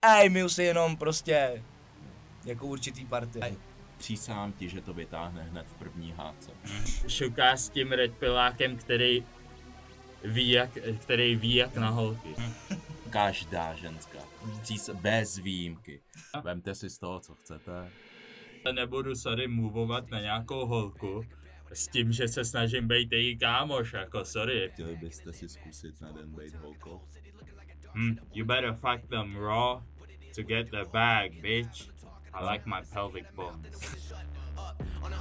my si jenom prostě jako určitý party. Přísahám ti, že to vytáhne hned v první hádce. Šuká s tím redpilákem, který ví jak na holky. Každá ženská. Bez výjimky. Vemte si z toho, co chcete. Nebudu sorry movovat na nějakou holku s tím, že se snažím být její kámoš, jako sorry. Chtěli byste si zkusit na den být holkou? You better fuck them raw to get the bag, bitch. I like my pelvic bones. No,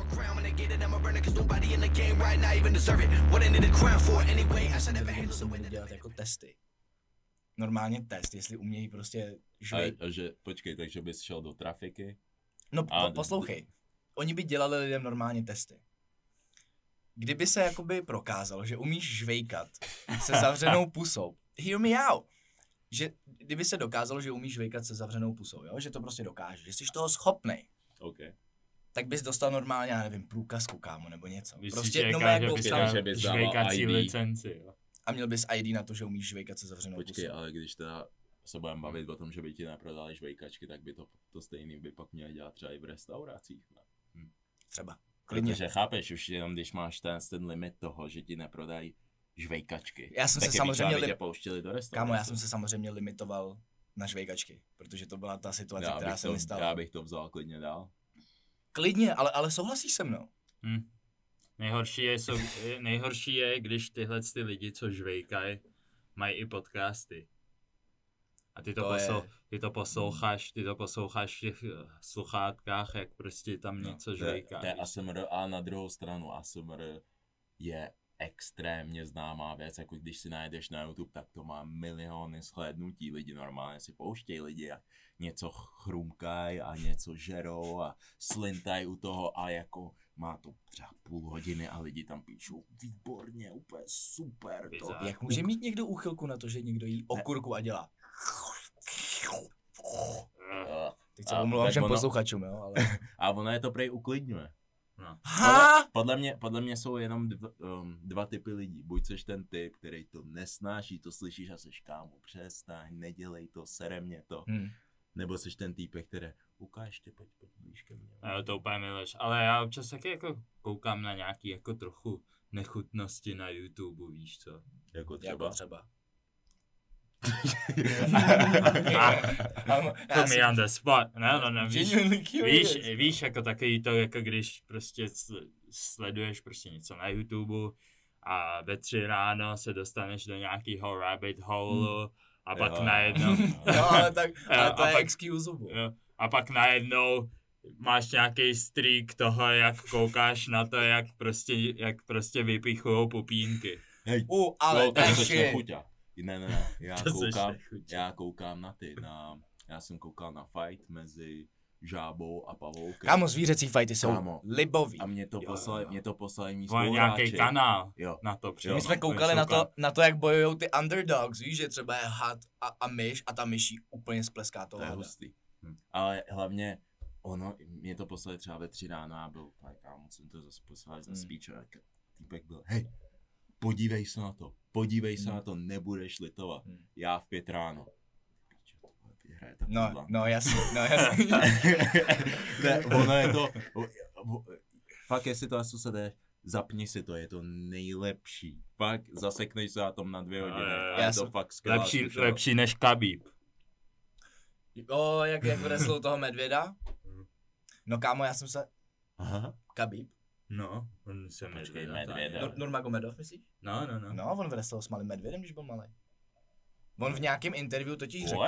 dělat jako testy. Normálně test, jestli umějí prostě A že, počkej, takže bys šel do trafiky? No poslouchej, oni by dělali lidem normálně testy. Kdyby se jakoby prokázalo, že umíš žvejkat se zavřenou pusou, hear me out, že kdyby se dokázalo, že umíš žvejkat se zavřenou pusou, jo? Že to prostě dokážeš, že jsi toho schopnej, Okay. tak bys dostal normálně, já nevím, průkazku, kámo, nebo něco. Myslíš, Prostě že jako že bys dával žvejkací ID. licenci, jo. a měl bys ID na to, že umíš žvejkat se zavřenou Počkej, pusou. ale když teda se budeme bavit o tom, že by ti neprodali žvejkačky, tak by to stejný by pak měli dělat třeba i v restauracích, ne? Třeba. Klidně. Protože chápeš, už jenom když máš ten limit toho, že ti neprodají žvejkačky. Já jsem se tak samozřejmě tě pouštěli do restaurace. Kámo, já jsem se samozřejmě limitoval na žvejkačky, protože to byla ta situace, která se mi stala. Já bych to vzal klidně dál. Klidně, ale souhlasíš se mnou? Nejhorší je, když tyhle ty lidi, co žvejkají, mají i podcasty. A ty to posloucháš v těch sluchátkách, jak prostě tam něco žvejká. To je ASMR, a na druhou stranu ASMR je extrémně známá věc, jako když si najdeš na YouTube, tak to má miliony shlédnutí, lidi normálně si pouštějí lidi a něco chrumkají a něco žerou a slintají u toho a jako má to třeba půl hodiny a lidi tam píšou výborně, úplně super to. Jak může mít někdo úchylku na to, že někdo jí okurku a dělá? Teď se omlouvám všem posluchačům, jo, ale... A ono je to prej uklidňuje. No. Podle mě jsou jenom dva typy lidí. Buď seš ten typ, který to nesnáší, to slyšíš a seš kámo, přestaň, nedělej to, sere mě to. Nebo seš ten týpek, který ukážte, pojď blíž ke mně. Jo, to úplně miluješ, ale já občas taky jako koukám na nějaký jako trochu nechutnosti na YouTube, víš co? Jako třeba. Put me on the spot. No, víš, jako takový to, jako když prostě sleduješ prostě něco na YouTube a ve 3 ráno se dostaneš do nějakého rabbit hole a pak najednou... No, ale to je excusable. A pak najednou máš nějaký streak toho, jak koukáš na to, jak prostě vypichujou pupínky. Hej, ale to je chuťa. Ne, já koukám na já jsem koukal na fight mezi Žábou a Pavoukem. Kámo, zvířecí fighty jsou libový. A mě to poslali mý spoluhráči. Nějaký kanál na to My jsme koukali na to, jak bojujou ty underdogs, víš, že třeba je had a myš a ta myší úplně spleská toho hada. To je hustý. Ale hlavně mě to poslali třeba ve 3 ráno a byl, kámo, jsem to zase poslali za speech a týpek byl, hej, podívej se na to, nebudeš litovat. Já v 5 ráno. No jasně. Ne, ono je to, fakt jestli to asi jdeš, zapni si to, je to nejlepší. Fakt zasekneš se na tom na 2 hodiny a je to fakt skvělá. Lepší než Khabib. Jak wrestlil toho medvěda? No kámo, já jsem se... Khabib? No, on se medvěda. Nurmagomedov, myslíš? No. No, on wrestlil s malým medvědem, když byl malý. On v nějakém interview totiž řekl,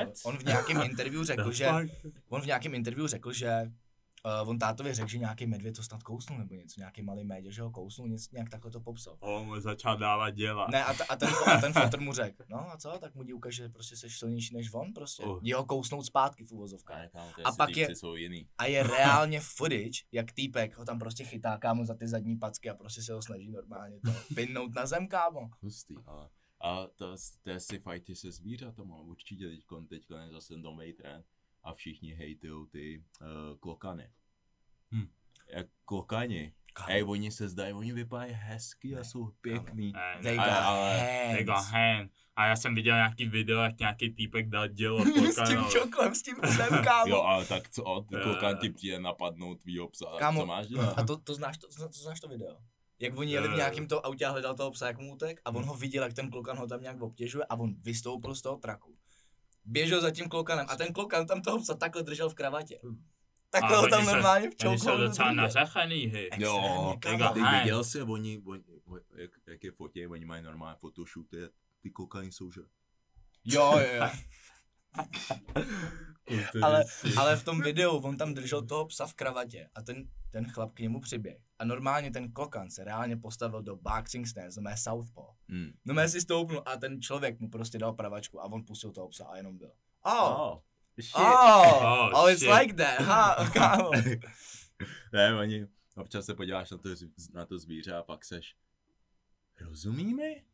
že on tátovi řekl, že nějaký medvěd to snad kousnul nebo něco, nějaký malý médě, že ho kousnul, nějak takhle to popsal. On mu začal dávat děla. Ne, a ten fotr mu řekl, no a co, tak mu dílka, že prostě seš silnější než on, prostě. Jeho kousnout zpátky v uvozovkách. A pak je reálně footage, jak týpek ho tam prostě chytá, kámo, za ty zadní packy a prostě se ho snaží normálně to pinnout na zem, kámo. Hustý, ale... A to si fighty se zvířatama, určitě teďko je zase nový trend a všichni hejtujou ty klokany. Jak klokani oni se zdají, oni vypadají hezky a jsou pěkný. They got They got hand. A já jsem viděl nějaký video, jak nějaký týpek dal dělo s tím čoklem, s tím psem, kámo. Jo, ale tak co, ty klukan ti přijde napadnout tvýho psa, kámo, co máš dělat? A to znáš to video? Jak oni jeli v nějakým to autě a hledal toho psa, jak mu utek a on ho viděl, jak ten klokan ho tam nějak obtěžuje a on vystoupil z toho traku. Běžel za tím klokanem a ten klokan tam toho psa takhle držel v kravatě. Takhle ho tam normálně v čoukou. Oni jsou docela nařachaný, hej. Jo, Ty viděl jsi, oni jak je fotí, oni mají normálně photoshoot, ty klokani jsou, že? Jo. ale v tom videu on tam držel toho psa v kravatě a ten chlap k němu přiběh. A normálně ten klokan se reálně postavil do boxing stance, mé southpaw. No si stoupnul a ten člověk mu prostě dal pravačku a on pustil toho psa a jenom byl. It's like that, kámo. Ne, oni, občas se podíváš na to zvíře a pak seš, rozumí mi?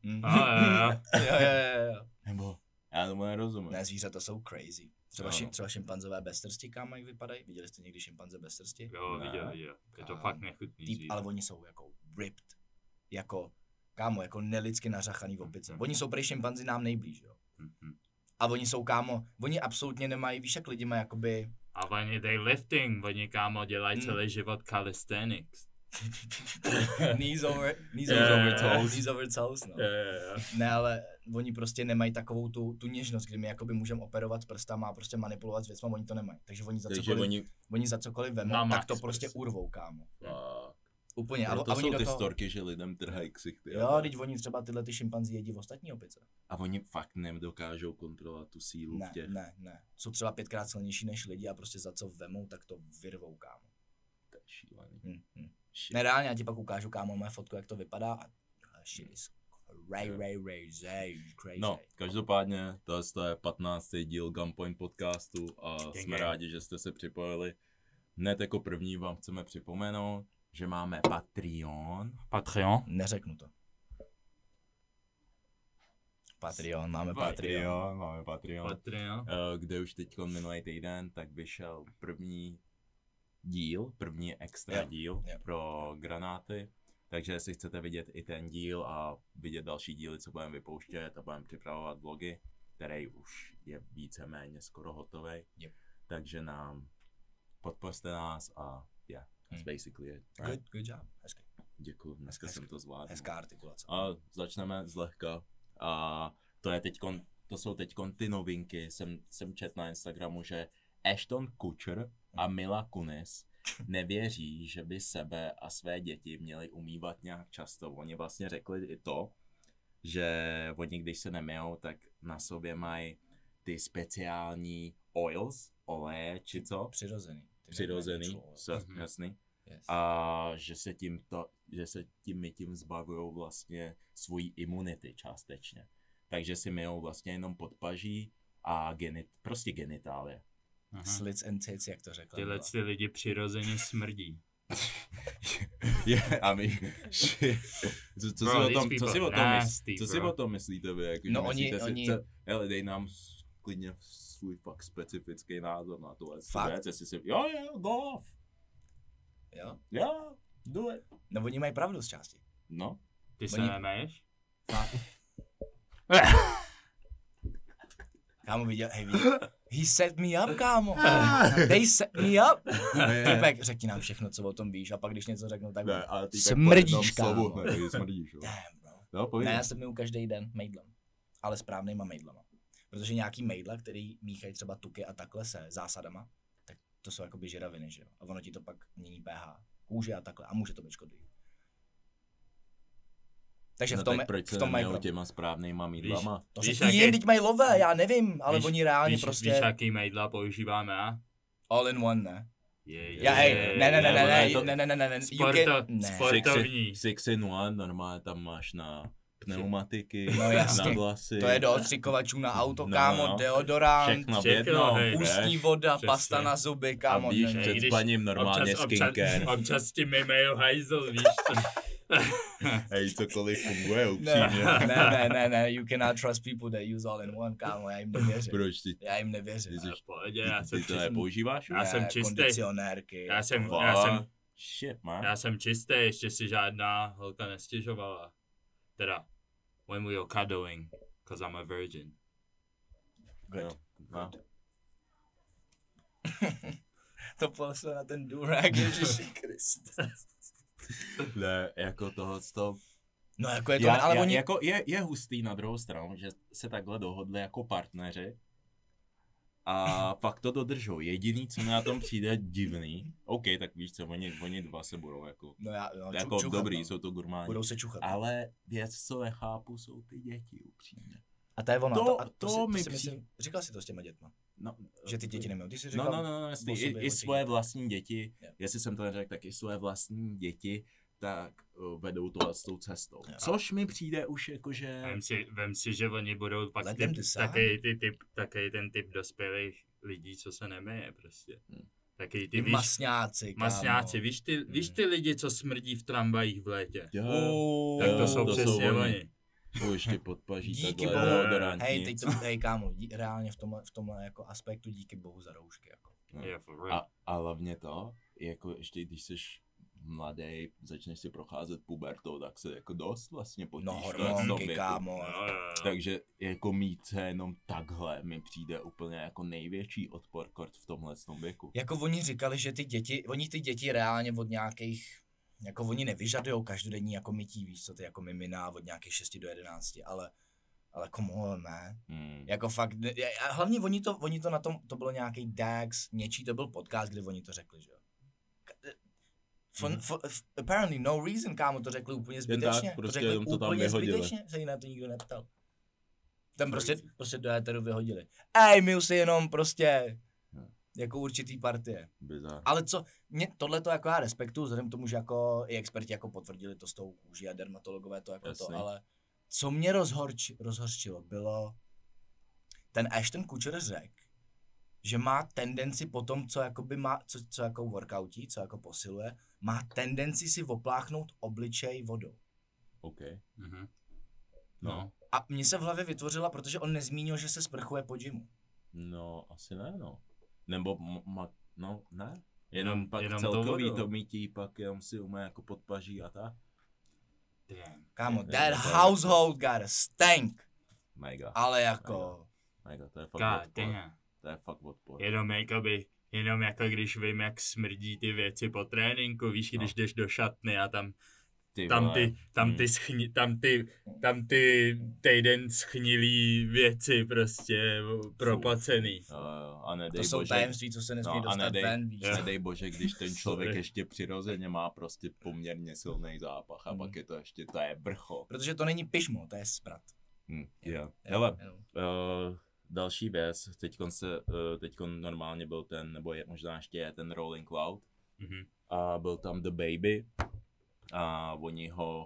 Jo. Nebo, já tomu nerozumím. Ne, zvířata jsou crazy. Třeba šimpanzové bez srsti, kámo, jak vypadají? Viděli jste někdy šimpanze bez srsti? Jo, viděl. Je to fakt nechutný zvíře. Ale oni jsou jako ripped. Kámo, jako nelidsky nařachaný opice. Oni jsou prej šimpanzi nám nejblíž, jo. A oni jsou, kámo, oni absolutně nemají, víš, jak lidi mají jakoby... A oni lifting, oni, kámo, dělají celý život calisthenics. Knees over toes, no. Ne, ale oni prostě nemají takovou tu něžnost, kdy my jakoby můžeme operovat s prstama a prostě manipulovat s věcma, oni to nemají. Takže oni za cokoliv vemou, tak to prostě urvou, kámo. Úplně. A to jsou ty storky, že lidem trhají ksichty. Jo, teď oni třeba tyhle ty šimpanzi jedí v ostatní opice. A oni fakt nedokážou kontrolovat tu sílu v těch. Ne. Jsou třeba 5krát silnější než lidi a prostě za co vemou, tak to vyrvou, kámo. To je šílený. Nereálně, já ti pak ukážu, kámo, moje fotku, jak to vypadá a shit is crazy. No, každopádně, to je 15. díl Gunpoint podcastu a jsme rádi, že jste se připojili. Hned jako první vám chceme připomenout, že máme Patreon. Neřeknu to. Máme Patreon. Kde už teď minulý týden tak vyšel první extra díl pro granáty. Takže jestli chcete vidět i ten díl a vidět další díly, co budeme vypouštět a budeme připravovat vlogy, který už je víceméně skoro hotový. Takže nám podpořte nás a that's basically it. Right? Good job. Hezky. Děkuju, dneska jsem to zvládl. Hezká artikulace. A začneme zlehka. A to jsou teďkon ty novinky. Jsem četl na Instagramu, že Ashton Kutcher a Mila Kunis nevěří, že by sebe a své děti měli umývat nějak často. Oni vlastně řekli i to, že oni, když se nemijou, tak na sobě mají ty speciální oleje, či co? Přirozený, jasný. Yes. A že se tím zbavujou vlastně svojí imunity částečně. Takže si myjou vlastně jenom podpaží a prostě genitálie. Slits and tits, jak to řekl. Tyhle ty lidi přirozeně smrdí. Co si o tom myslíte vy? No oni... Dej nám klidně svůj fakt specifický názor na tohle. Fakt? Jo, go off. Jo, do it. No oni mají pravdu z části. No. Ty se nemeješ? Fakt. Kámo, viděl. He set me up, kámo. They set me up. Týpek, řekni nám všechno, co o tom víš, a pak když něco řeknu, tak smrdíš, kámo. Smrdíš, jo. Damn, bro. Ne, já se myju každý den mejdlem. Ale správnýma mejdlama. Protože nějaký mejdla, který míchají třeba tuky a takhle se zásadama, tak to jsou jakoby žeraviny, že jo. A ono ti to pak mění pH kůže a takhle a může to být škodlivý. Takže no proč se nemijou těma správnejma mejdlama? To řekni jim, teď mají lové, já nevím, ale oni reálně prostě... Víš, jaký mejdla používáme, a? All in one, ne? Ne. Sportovní. 6 in 1, normálně tam máš na pneumatiky, na vlasy. To je do odstřikovačů na auto, kámo, deodorant, všechno v jednom, ústní voda, pasta na zuby, kámo. A víš, před spaním normálně skincare. Občas ti mimejou hajzl, víš co? Hej, cokoliv funguje, upřímně. Ne, you cannot trust people that use all in one, kámo, já jim nevěřím. Proč ty? Já jim nevěřím. Ty to nepoužíváš? Já jsem čistý. Kondicionérky. Já jsem Shit, man. Já jsem čistý, ještě si žádná holka nestěžovala. Teda, when we were cuddling, cause I'm a virgin. Good. No. To poslal na ten durák, Ježiši Kriste. Ne, jako tohleto. No jako je to, ale oni... Jako je hustý na druhou stranu, že se takhle dohodli jako partneři a pak to dodržou. Jediný, co mi na tom přijde divný, OK, tak víš co, oni dva se budou jako, jako čuchat, dobrý, no. jsou to gurmáni. Budou se čuchat. Ale věc, co nechápu, jsou ty děti, upřímně. A to je ono. To mi myslím, říkal jsi to s těma dětma? No, že ty děti nemají. Ty jsi říkal, no, jasný, i svoje vlastní děti, jestli jsem to neřekl, tak i svoje vlastní děti, tak vedou to s tou cestou. Jo. Což mi přijde už jako, že... Vem si, že oni budou pak taky ten typ dospělých lidí, co se nemeje prostě. Taky ty masňáci, masňáci, víš ty lidi, co smrdí v tramvajích v létě? Tak to jsou to přesně oni. Ještě podpaží díky takhle bohu, hej kámo, reálně v tomhle jako aspektu díky bohu za roušky jako. No. Yeah, a hlavně to, jako ještě když jsi mladý, začneš si procházet pubertou, tak se jako dost vlastně potíš. No hormonky, kámo. Takže jako mít se jenom takhle mi přijde úplně jako největší odpor kort v tomhle věku. Jako oni říkali, že ty děti reálně od nějakých, jako oni nevyžadujou každodenní jako mytí, víš co, ty jako mimina od nějakých 6 do 11, ale come on, ne? Jako fakt, a hlavně oni to na tom, to bylo nějaký Dax, něčí to byl podcast, kde oni to řekli, že jo. Apparently no reason, kámo, to řekli úplně zbytečně. Tak, prostě to řekli to tam úplně vyhodili. zbytečně, se jinak to nikdo neptal. Tam prostě do éteru vyhodili. Ej, my si jenom prostě jako určitý partie. Bizar. Ale tohle to jako já respektuju, vzhledem k tomu, že jako i experti jako potvrdili to s tou kůží a dermatologové to jako Jasný. to, ale co mě rozhorčilo, bylo, ten Ashton Kutcher řekl, že má tendenci po tom, co jakoby má, co jako workoutí, co jako posiluje, má tendenci si opláchnout obličej vodou. OK. Mhm. No. A mě se v hlavě vytvořila, protože on nezmínil, že se sprchuje po gymu. No, asi ne, no. Nebo, no, ne. Jenom pak jenom celkový to to mítí, pak jenom si umé jako podpaží a tak. Damn. Kámo, that household got a stank. Mega. Ale jako... Mega, to je fakt God odpor. damn. To je fakt odpor. Jenom jako když vím, jak smrdí ty věci po tréninku, víš, když jdeš do šatny a tam ty týden schnilý věci prostě proplacený. A nedej To jsou bože, tajemství, co se nesmí dostat ven, víš. nedej bože, když ten člověk ještě přirozeně má prostě poměrně silný zápach a pak je to ještě, to je vrchol. Protože to není pišmo, to je sprat. Hele, další věc, teďkon normálně byl ten, nebo možná ještě je ten Rolling Cloud a byl tam The Baby a oni ho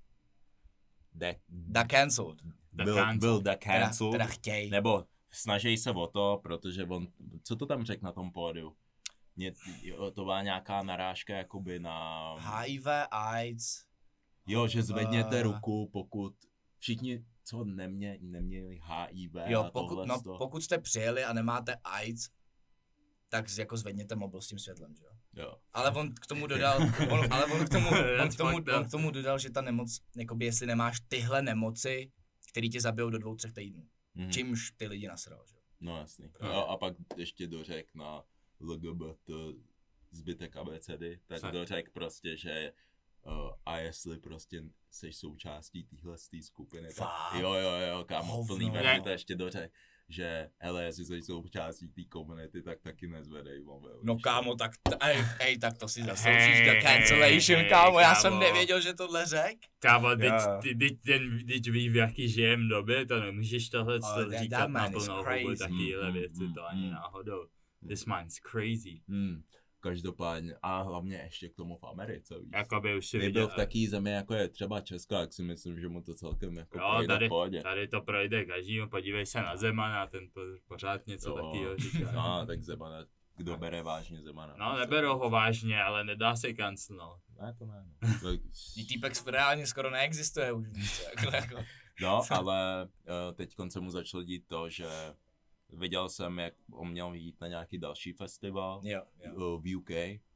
Da cancelled. byl cancelled, Teda chtěj. nebo snaží se o to, protože on, co to tam řekl na tom pódiu? To byla nějaká narážka jakoby na... HIV, AIDS. Jo, že zvedněte ruku, pokud všichni, co neměli HIV Jo, a tohle. pokud jste přijeli a nemáte AIDS, tak jako zvedněte mobil s tím světlem, že jo? Jo. Ale on k tomu dodal, on k tomu dodal, že ta nemoc, jakoby jestli nemáš tyhle nemoci, které tě zabijou do 2-3 týdnů. Čímž ty lidi nasral, že jo? No jasný. A pak ještě dořek na LGBT zbytek abecedy, tak dořek prostě, že a jestli prostě jsi součástí téhle skupiny, tak jo, kámo, plný verzi, to ještě dořek, že hele, jestli jsi součástí té komunity, tak taky nezvedej mobil. No kámo, tak tak to si zasloužíš do cancellation, kámo, já jsem nevěděl, že tohle řek. Kámo, teď ví, v jaký žijem době, to nemůžeš tohle říkat na plnou hubu, takovýhle věci, to ani náhodou. This man's crazy. Každopádně, a hlavně ještě k tomu v Americe, víš. Jakoby už si viděl v taký zemi, jako je třeba Česka, jak si myslím, že mu to celkem jako projde v pohodě. Tady to projde každému, podívej se na Zemana, ten pořád něco takového říká. No, tak Zemana, kdo bere vážně Zemana? No, neberou ho vážně, ale nedá se cancelnout. Ne, to ne. Týpek reálně skoro neexistuje už, jako. No, ale teď se mu začalo dít to, že viděl jsem, jak on měl jít na nějaký další festival v UK,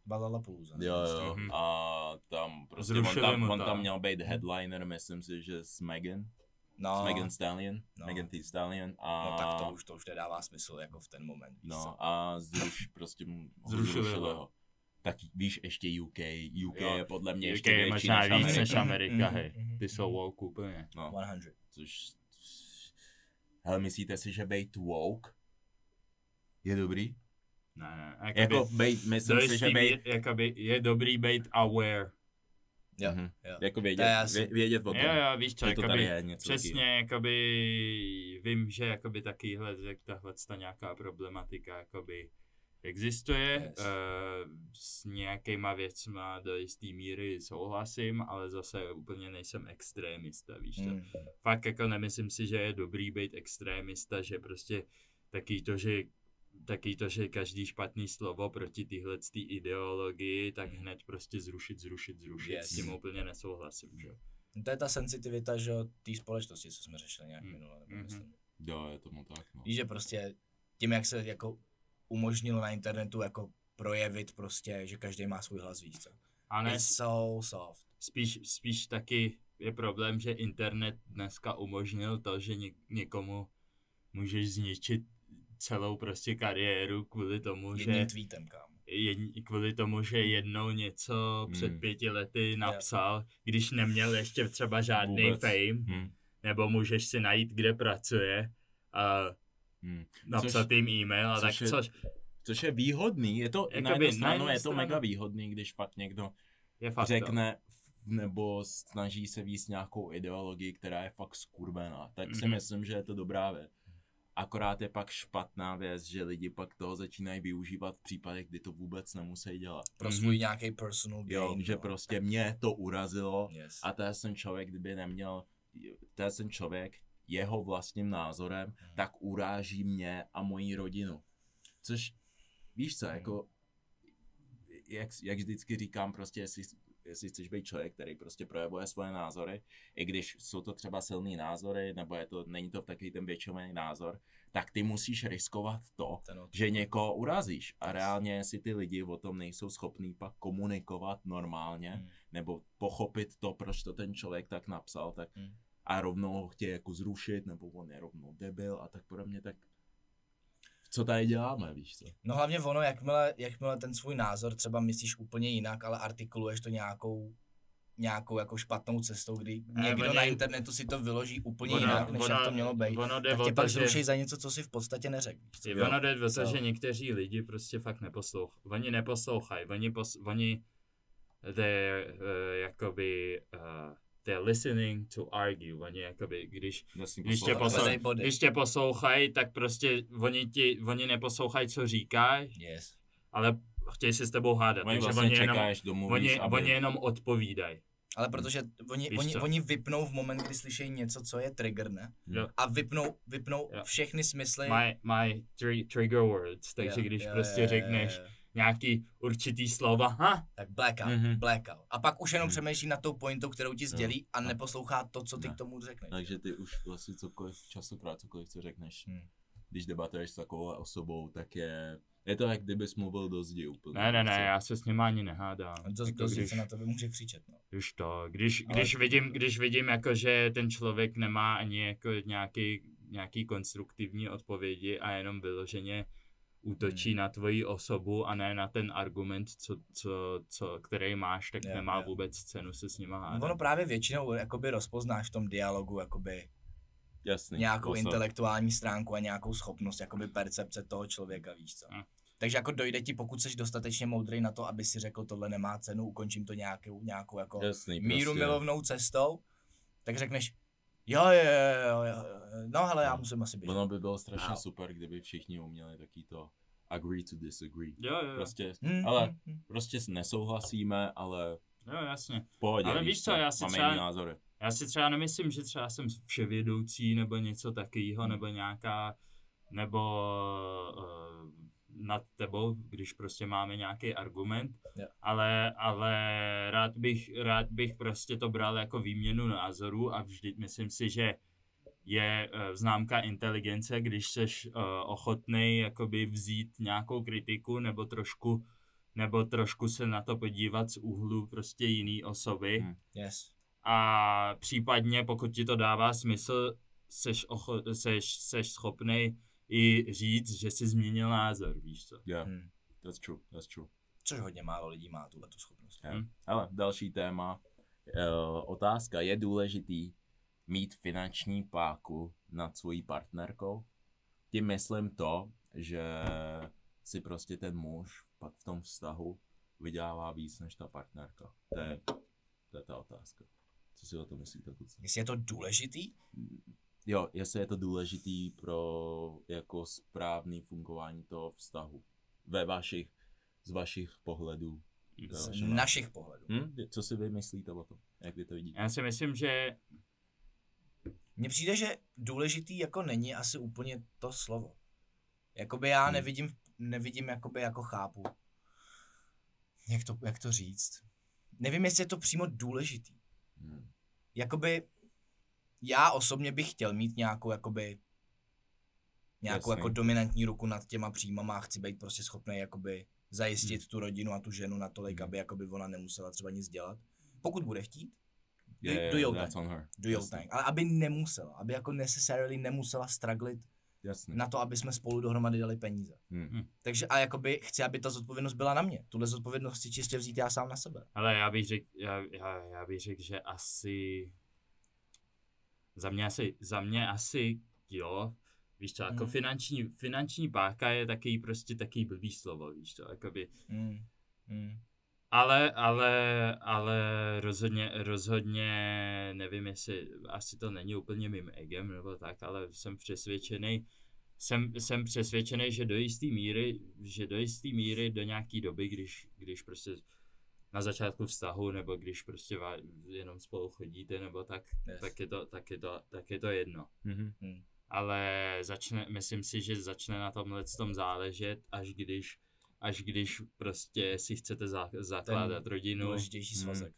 Lollapalooza. Jo. A tam prostě on tam měl být headliner, myslím si, že s Megan. No. S Megan Stallion. Megan Thee Stallion. No tak to už nedává smysl jako v ten moment. No a zrušili ho. Tak víš, ještě UK je podle mě ještě větší možná víc než Amerika, hej. Ty jsou woke úplně. No. 100. Hele, myslíte si, že být woke je dobrý? Ne. Jako myslím si, že je dobrý být aware. Jo. Jako vědět o tom. Jo, víš co, jakoby, je něco přesně, jakoby vím, že jakoby tahle nějaká problematika jakoby existuje, s nějakýma věcma do jistý míry souhlasím, ale zase úplně nejsem extrémista, víš co. Fakt jako nemyslím si, že je dobrý být extrémista, že prostě taky to, že každý špatný slovo proti téhletý ideologii, tak hned prostě zrušit, s tím úplně nesouhlasím, že? To je ta sensitivita, že té společnosti, co jsme řešili nějak minule, nebo myslím. Jo, je tomu tak, no. Víš, že prostě tím, jak se jako umožnilo na internetu jako projevit prostě, že každý má svůj hlas, víš co. It's so soft. Spíš taky je problém, že internet dneska umožnil to, že někomu můžeš zničit celou prostě kariéru kvůli tomu, jedním tweetem, kámo. Kvůli tomu, že jednou něco před 5 lety napsal, když neměl ještě třeba žádný fame, nebo můžeš si najít, kde pracuje a napsat jim e-mail a což je výhodný, je to na jednu stranu je to mega výhodný, když fakt někdo řekne nebo snaží se víc nějakou ideologii, která je fakt skurvená, tak si myslím, že je to dobrá věc. Akorát je pak špatná věc, že lidi pak toho začínají využívat v případech, kdy to vůbec nemusí dělat. Pro svůj nějaký personal gain. Jo, že prostě mě to urazilo a ten člověk, kdyby neměl, ten člověk jeho vlastním názorem, tak uráží mě a moji rodinu. Což, víš co, jako, jak vždycky říkám, prostě, jestli chceš být člověk, který prostě projevuje svoje názory, i když jsou to třeba silný názory, nebo není to takový ten většinový názor, tak ty musíš riskovat to, že někoho urazíš. A reálně, jestli ty lidi o tom nejsou schopní pak komunikovat normálně, nebo pochopit to, proč to ten člověk tak napsal, tak a rovnou ho chtějí jako zrušit, nebo on je rovnou debil a tak podobně, tak co tady děláme, víš co? No hlavně ono, jakmile ten svůj názor třeba myslíš úplně jinak, ale artikuluješ to nějakou jako špatnou cestou, kdy někdo na internetu si to vyloží úplně jinak, než jak to mělo být, tak tě pak zruší za něco, co si v podstatě neřekl. Ono jde o to, že někteří lidi prostě fakt neposlouchají. Oni neposlouchají, oni they're listening to argue, oni jakoby, když tě poslouchají, tak prostě oni neposlouchají, co říkáš, ale chtějí si s tebou hádat, takže vlastně oni jenom odpovídají. Ale protože oni vypnou v moment, kdy slyšejí něco, co je trigger, ne? A vypnou všechny smysly. My trigger words, takže když prostě řekneš nějaký určitý slova, tak blackout. A pak už jenom přemýšlí nad tou pointou, kterou ti sdělí a neposlouchá to, co ty k tomu řekneš. Takže ty už vlastně častokrát cokoliv, co řekneš, když debatuješ s takovou osobou, tak je to, jak kdybys mluvil do zdi úplně. Ne, já se s ním ani nehádám. Do zdi se na tebe může křičet, no. Už to, když vidím jako, že ten člověk nemá ani jako nějaký konstruktivní odpovědi a jenom vyloženě útočí na tvoji osobu a ne na ten argument, který máš, tak nemá vůbec cenu se s nima hádat. Ono právě většinou jakoby rozpoznáš v tom dialogu jakoby jasný, nějakou intelektuální stránku a nějakou schopnost jakoby percepce toho člověka, víš co. Takže jako dojde ti, pokud jsi dostatečně moudrý na to, aby si řekl, tohle nemá cenu, ukončím to nějakou jako míru milovnou cestou, tak řekneš, jo, no hele, já musím asi být. Ono by bylo strašně super, kdyby všichni uměli taky to agree to disagree. Jo. Prostě, ale prostě nesouhlasíme, ale jo, jasně. V pohodě, ale víš co, já si třeba nemyslím, že třeba jsem vševědoucí nebo něco takového, nebo nad tebou, když prostě máme nějaký argument, ale rád bych prostě to bral jako výměnu názorů a vždy myslím si, že je známka inteligence, když seš ochotnej jakoby vzít nějakou kritiku nebo trošku nebo trošku se na to podívat z úhlu prostě jiný osoby. Yes. A případně, pokud ti to dává smysl, seš schopnej i říct, že jsi změnil názor, víš co. Yeah, that's true. Což hodně málo lidí má tuhletu schopnost. Ale další téma. Otázka, je důležitý mít finanční páku nad svojí partnerkou? Tím myslím to, že si prostě ten muž pak v tom vztahu vydělává víc než ta partnerka. To je ta otázka. Co si o to myslíte, kluci? Jestli je to důležitý? Jo, jestli je to důležitý pro jako správný fungování toho vztahu. Z vašich pohledů. Z našich pohledů. Co si vy myslíte o tom? Jak vy to vidíte? Já si myslím, že... Mně přijde, že důležitý jako není asi úplně to slovo. Jakoby já nevidím jakoby jako chápu. Jak to říct? Nevím, jestli je to přímo důležitý. Jakoby já osobně bych chtěl mít nějakou jako dominantní ruku nad těma příjmama a chci být prostě schopný jakoby zajistit tu rodinu a tu ženu natolik, aby jakoby ona nemusela třeba nic dělat. Pokud bude chtít, do your thing. Ale aby nemusela, aby jako necessarily nemusela strugglit na to, aby jsme spolu dohromady dali peníze. Takže a jakoby chci, aby ta zodpovědnost byla na mě. Tuhle zodpovědnost chci čistě vzít já sám na sebe. Ale já bych řekl, že asi za mě asi jo. Víš co, jako finanční páka je taky prostě taky blbý slovo, víš co, jakoby. Ale rozhodně nevím, jestli asi to není úplně mým egem nebo tak, ale jsem přesvědčený, že do jistý míry do nějaký doby, když prostě na začátku vztahu, nebo když prostě jenom spolu chodíte, nebo tak, tak je to jedno. Ale myslím si, že začne na tomhletom záležet, až když prostě si chcete zakládat rodinu. Důležitější svazek.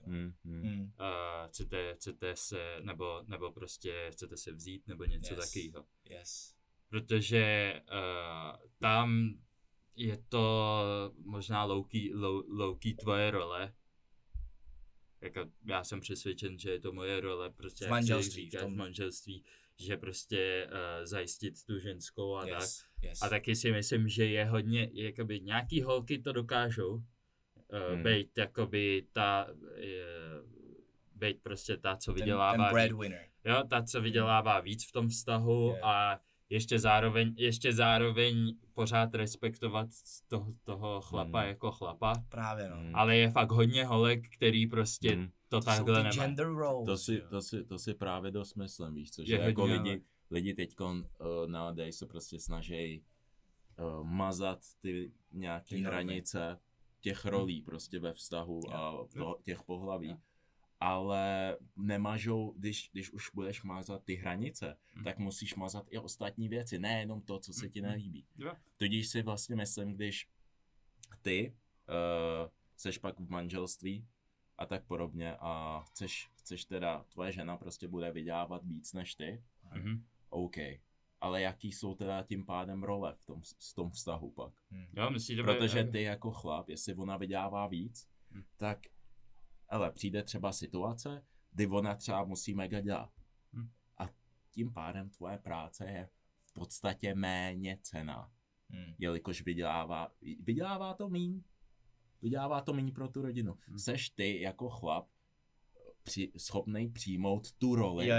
Chcete se, nebo prostě chcete se vzít, nebo něco takového. Yes. Protože tam je to možná low-key tvoje role. Jako já jsem přesvědčen, že je to moje role prostě v manželství, že prostě zajistit tu ženskou a tak. Yes. A taky si myslím, že je hodně, jakoby nějaký holky to dokážou být jakoby být prostě ta, co vydělává. Ten breadwinner. Jo, ta, co vydělává víc v tom vztahu a ještě zároveň pořád respektovat toho chlapa jako chlapa. Právě no. Ale je fakt hodně holek, který prostě to takhle nemá. Gender roles, to si právě dost myslím, víš co, že jako lidi teďkon nowadays se prostě snaží mazat ty nějaký hranice těch rolí prostě ve vztahu a těch pohlaví. Ale nemažou, když už budeš mazat ty hranice, tak musíš mazat i ostatní věci, nejenom to, co se ti nelíbí. Tudíž si vlastně myslím, když ty seš pak v manželství a tak podobně a chceš teda, tvoje žena prostě bude vydělávat víc než ty, OK. Ale jaký jsou teda tím pádem role v tom vztahu pak? Jo, protože ty jako chlap, jestli ona vydělává víc, tak ale přijde třeba situace, kdy ona třeba musí mega dělat. A tím pádem tvoje práce je v podstatě méně cenná. Jelikož vydělává to míň pro tu rodinu. Seš ty jako chlap schopnej přijmout tu roli,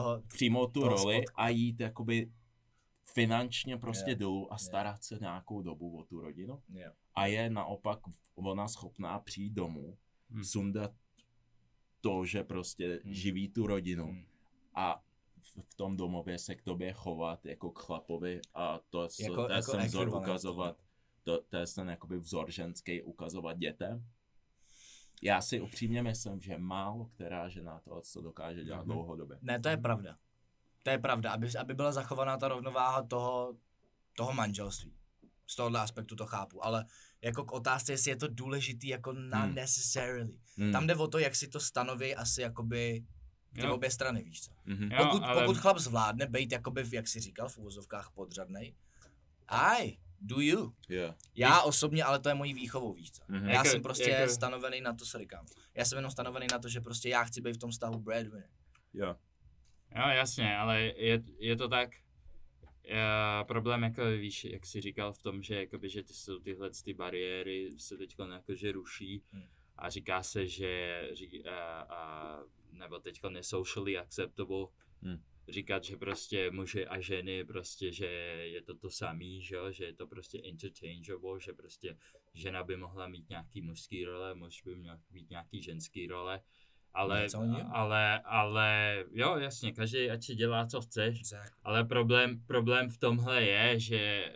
a jít jakoby finančně prostě dolů a starat se nějakou dobu o tu rodinu. A je naopak ona schopná přijít domů, sundat to, že prostě živí tu rodinu a v tom domově se k tobě chovat jako k chlapovi a to je ten vzor ukazovat, to je ten jakoby vzor ženský ukazovat dětem. Já si upřímně myslím, že málo která žena to dokáže dělat dlouhodobě. Ne, to je pravda. To je pravda, aby byla zachovaná ta rovnováha toho manželství. Z tohohle aspektu to chápu, ale jako k otázce, jestli je to důležitý jako not necessarily. Tam jde o to, jak si to stanoví asi jakoby ty obě strany, víš co. Pokud chlap zvládne být jakoby, jak jsi říkal, v uvozovkách podřadnej, do you. Yeah. Já osobně, ale to je mojí výchovou, víš co. Mhm. Já Jako- jsem prostě jako- stanovený na to, sorry kámo. Já jsem jenom stanovený na to, že prostě já chci být v tom vztahu breadwinner. Yeah. Jo, jasně, ale je to tak, problém, jako víš, jak jsi říkal v tom, že, jakoby, že jsou tyhle ty bariéry se teď jakože ruší a říká se, že nebo teď socially acceptable říkat, že prostě muži a ženy prostě, že je to samý, že je to prostě interchangeable, že prostě žena by mohla mít nějaký mužský role, muž by měl mít nějaký ženský role. Ale jo, jasně, každý ať si dělá, co chceš, ale problém v tomhle je, že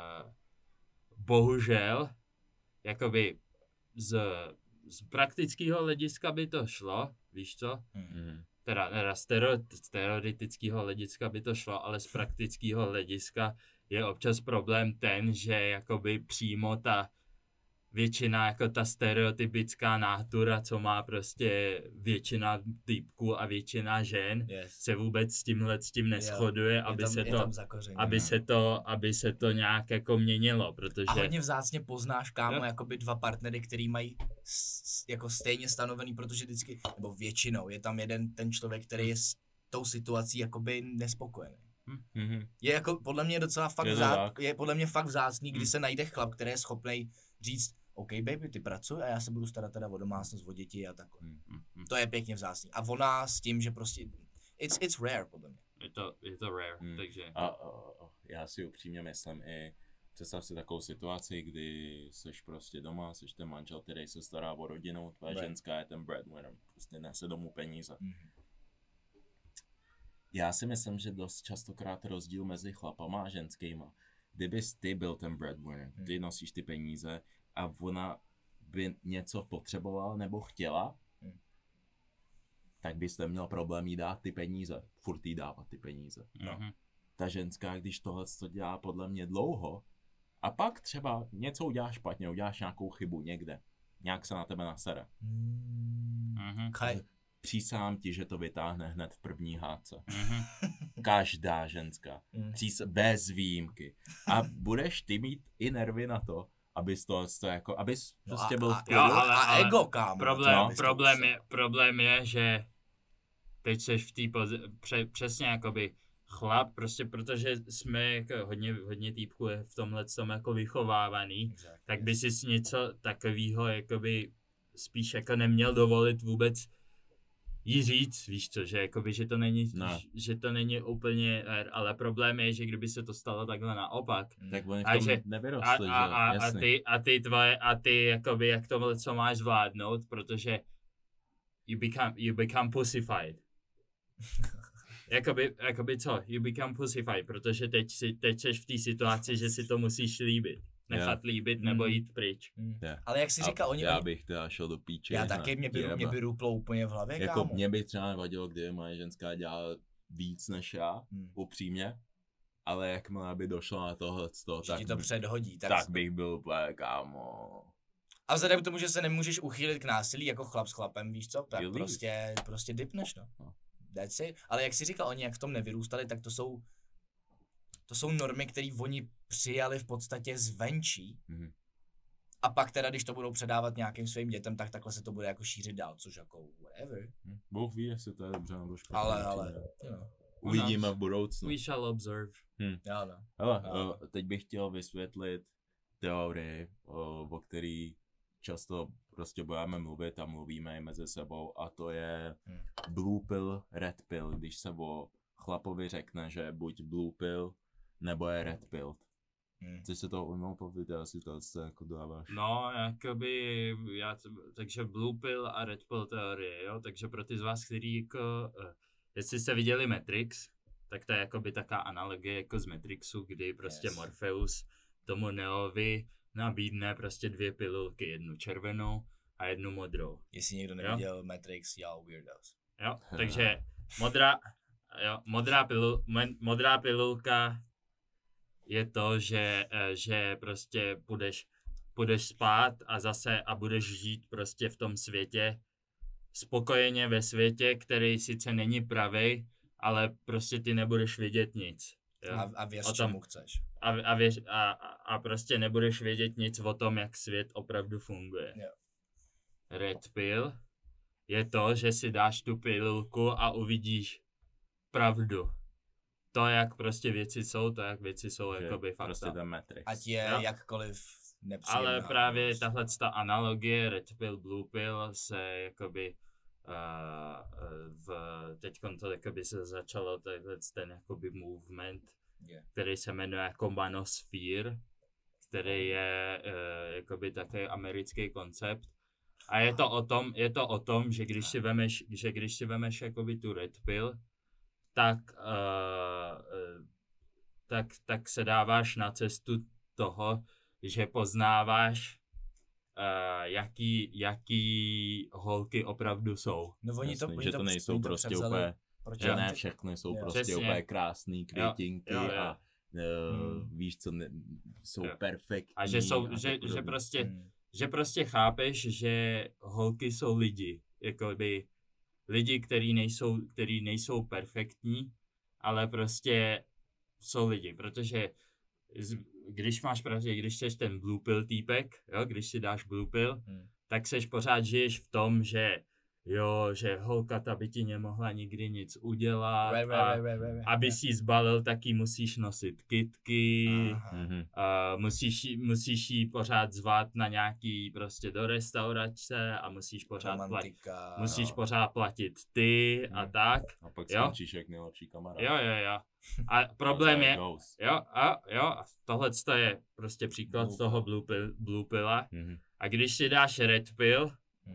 bohužel, jakoby z praktického hlediska by to šlo, víš co? Teda z teoretického hlediska by to šlo, ale z praktického hlediska je občas problém ten, že jakoby přímo ta většina, jako ta stereotypická nátura, co má prostě většina týpků a většina žen, se vůbec s tím neshoduje, aby se to nějak jako měnilo, protože... A hodně vzácně poznáš, kámo, jakoby dva partnery, který mají jako stejně stanovený, protože vždycky, nebo většinou, je tam jeden ten člověk, který je s tou situací jakoby nespokojený. Je jako, podle mě docela fakt podle mě fakt vzácný, kdy se najde chlap, který je schopný říct, OK, baby, ty pracuj a já se budu starat teda o domácnost, o děti a takhle. To je pěkně vzácný. A ona s tím, že prostě, it's rare, podle mě. Je to rare, takže... A já si upřímně myslím i, představ si takovou situaci, kdy seš prostě doma, seš ten manžel, který se stará o rodinu, tvoje ženská je ten breadwinner, prostě nese domů peníze. Já si myslím, že dost častokrát rozdíl mezi chlapama a ženskýma. Kdybys ty byl ten breadwinner, ty nosíš ty peníze a ona by něco potřebovala nebo chtěla, tak byste měl problém jí dát ty peníze, furt jí dávat ty peníze. Ta ženská, když tohle dělá podle mě dlouho, a pak třeba něco uděláš špatně, uděláš nějakou chybu někde, nějak se na tebe nasere. Přísahám ti, že to vytáhne hned v první hádce. Každá ženská. Bez výjimky. A budeš ty mít i nervy na to, abys to jako, abys prostě byl v klidu. A ego, kámo. Problém je, že teď seš v té přesně jakoby chlap, prostě protože jsme jako hodně týpků je v tomhle tom jako vychovávaný, tak by si něco takového jakoby spíš jako neměl dovolit vůbec jí říct, víš co, že jakoby, že to není úplně, ale problém je, že kdyby se to stalo takhle naopak. Tak oni v tom nevyrostli, že? A ty jakoby, jak tohle co máš zvládnout, protože you become pussyfied. jakoby co, you become pussyfied, protože teď jsi v té situaci, že si to musíš líbit. Nechat líbit nebo jít pryč. Ale jak jsi říkal, já bych teda šel do píče. Já taky, mě by ruplo úplně v hlavě, jako kámo. Mě by třeba nevadilo, kdyby moje ženská dělala víc než já, upřímně. Ale jakmile by došlo na tohle, tak ti to předhodí. Tak bych byl úplně, kámo. A vzhledem k tomu, že se nemůžeš uchýlit k násilí jako chlap s chlapem, víš co, tak prostě dipneš, no. That's it. Ale jak jsi říkal, oni jak v tom nevyrůstali, tak to jsou normy, které oni přijali v podstatě zvenčí. A pak teda, když to budou předávat nějakým svým dětem, tak takhle se to bude jako šířit dál, což jako whatever. Bůh ví, jestli to je dobře nebo špatně. Ale uvidíme v budoucnu. We shall observe. Hele, teď bych chtěl vysvětlit teorii, o který často prostě budeme mluvit a mluvíme i mezi sebou, a to je blue pill, red pill, když se o chlapovi řekne, že buď blue pill, nebo je red pill. Chceš se toho ujmout, povídej, asi to jako dáváš. No, jakoby, takže blue pill a red pill teorie, jo, takže pro ty z vás, kteří jako, jestli jste viděli Matrix, tak to je jakoby taká analogie jako z Matrixu, kdy prostě Morpheus tomu Neovi nabídne prostě 2 pilulky, jednu červenou a jednu modrou. Jestli někdo neviděl Matrix, y'all weirdos. Jo, takže modrá pilulka je to, že prostě půjdeš spát a budeš žít prostě v tom světě, spokojeně ve světě, který sice není pravej, ale prostě ty nebudeš vidět nic. Jo. A věř, O tom- čemu chceš. A prostě nebudeš vědět nic o tom, jak svět opravdu funguje. Jo. Red pill je to, že si dáš tu pilulku a uvidíš pravdu. To, jak prostě věci jsou, to, jak věci jsou, Že jakoby prostě fakta. ten Matrix. Ať je Jo. jakkoliv nepříjemná. Ale právě prostě. tahle ta analogie red pill, blue pill se jakoby teďkon to jakoby se začalo ten jakoby movement, Je. který se jmenuje jako manosphere, který je jakoby takový americký koncept. A je to o tom, že když si vemeš jakoby tu red pill, tak se dáváš na cestu toho, že poznáváš, jaký holky opravdu jsou. No oni Jasný, oni že to nejsou oni to prostě převzali úplně, proti že ne anti- všechny jsou Jo. prostě Přesně. úplně krásný květinky Jo. a Hmm. víš co, jsou Jo. perfektní. A že jsou, tak že podobně. prostě, Hmm. že prostě chápeš, že holky jsou lidi, jakoby lidi, který nejsou perfektní, ale prostě jsou lidi, protože když jsi ten blue pill týpek, jo, když si dáš blue pill, tak seš pořád žiješ v tom, že že holka ta by ti nemohla nikdy nic udělat Right. aby si ji zbalil, tak jí musíš nosit kytky, Aha. Mhm. musíš jí pořád zvát na nějaký prostě do restaurace a musíš Romantika. pořád platit ty a tak. A pak Jo. skončíš jak nejlepší kamarád. Jo. A problém That's je, how it goes. a tohle je prostě příklad Blue toho blue pilla. Mhm. A když si dáš red pill, Hmm.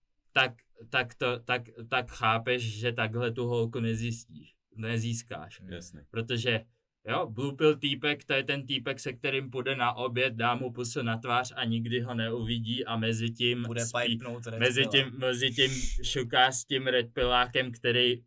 tak chápeš, že takhle tu holku nezískáš. Jasný. Protože blue pill týpek, to je ten týpek, se kterým půjde na oběd, dá mu pusu na tvář a nikdy ho neuvidí a mezi tím Bude pipenout red mezi tím šuká s tím red pillákem, který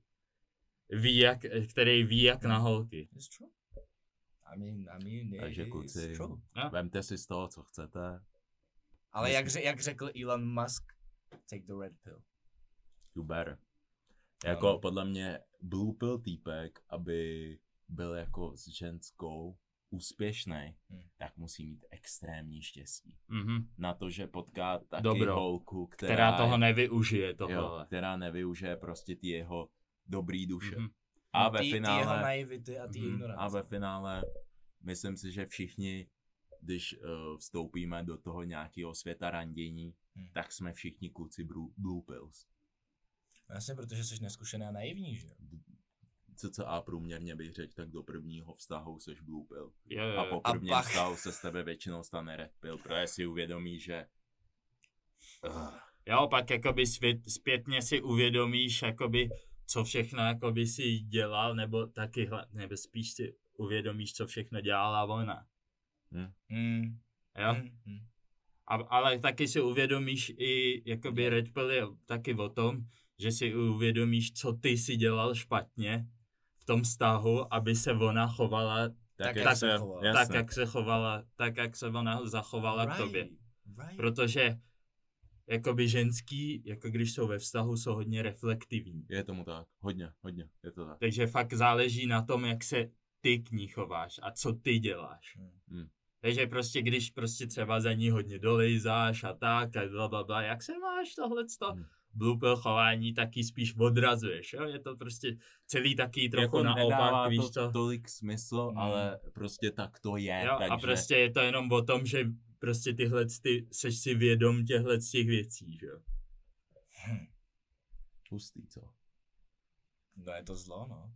ví jak na holky. It's true. I mean, Takže it's kluci, true. vemte si z toho, co chcete. Ale jak řekl Elon Musk, take the red pill. You better. Jako podle mě blue pill týpek, aby byl jako s ženskou úspěšný, tak musí mít extrémní štěstí. Mhm. Na to, že potká taky Dobrou. holku, Která toho nevyužije, jo, tohle. která nevyužije prostě ty jeho dobrý duše. Mhm. A ve Ty jeho finále, naivity a ty ignorance. a ve finále myslím si, že všichni, když vstoupíme do toho nějakého světa randění, tak jsme všichni kluci blue pills. Jasně, protože jsi neskušený a naivní, že jo? CCA průměrně bych řekl, tak do prvního vztahu seš blue pill. Jo. A po A prvním pak- vztahu se z tebe většinou stane red pill, protože si uvědomí, že Jo, pak jakoby zpětně si uvědomíš, jakoby, co všechno jakoby si dělal, nebo spíš si uvědomíš, co všechno dělala ona. Jo? Ale taky si uvědomíš i, jakoby red pill je taky o tom, že si uvědomíš, co ty si dělal špatně v tom vztahu, aby se ona chovala Tak, jak se chovala. tak, jak se ona zachovala k tobě. Right. Protože jakoby ženský, jako když jsou ve vztahu, jsou hodně reflektivní. je tomu tak. Hodně, je to tak. Takže fakt záleží na tom, jak se ty k ní chováš a co ty děláš. Takže prostě, když prostě třeba za ní hodně dolejzáš a tak a blablabla, jak se máš tohleto? Blue pill chování taky spíš odrazuješ, jo? Je to prostě celý taky trochu Jako naopak, nedává víš to co? tolik smysl, ale prostě tak to je. Jo, takže... a prostě je to jenom o tom, že prostě seš si vědom těchhle z těch věcí, že jo? Hustý, co? No je to zlo, no.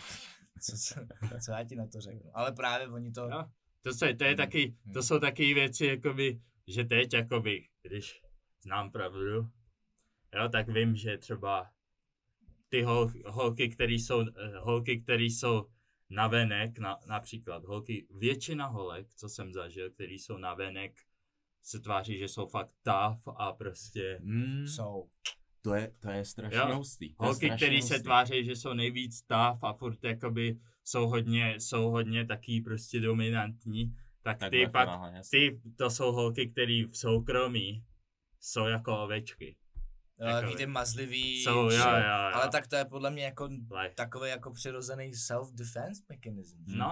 Co já ti na to řeknu? Ale právě oni to... Jo. To jsou taky věci, jakoby, že teď, jakoby, když znám pravdu, jo, tak vím, že třeba ty holky, které jsou navenek, například většina holek, co jsem zažil, který jsou navenek, se tváří, že jsou fakt tough a prostě... Jsou. To je strašně hustý. Holky, které se tváří, že jsou nejvíc tough a furt jakoby jsou hodně taky prostě dominantní, tak ty pak, to jsou holky, které v soukromí jsou jako ovečky. Takový ty mazlivý, jo. Ale tak to je podle mě jako takový jako přirozený self-defense mechanism. No,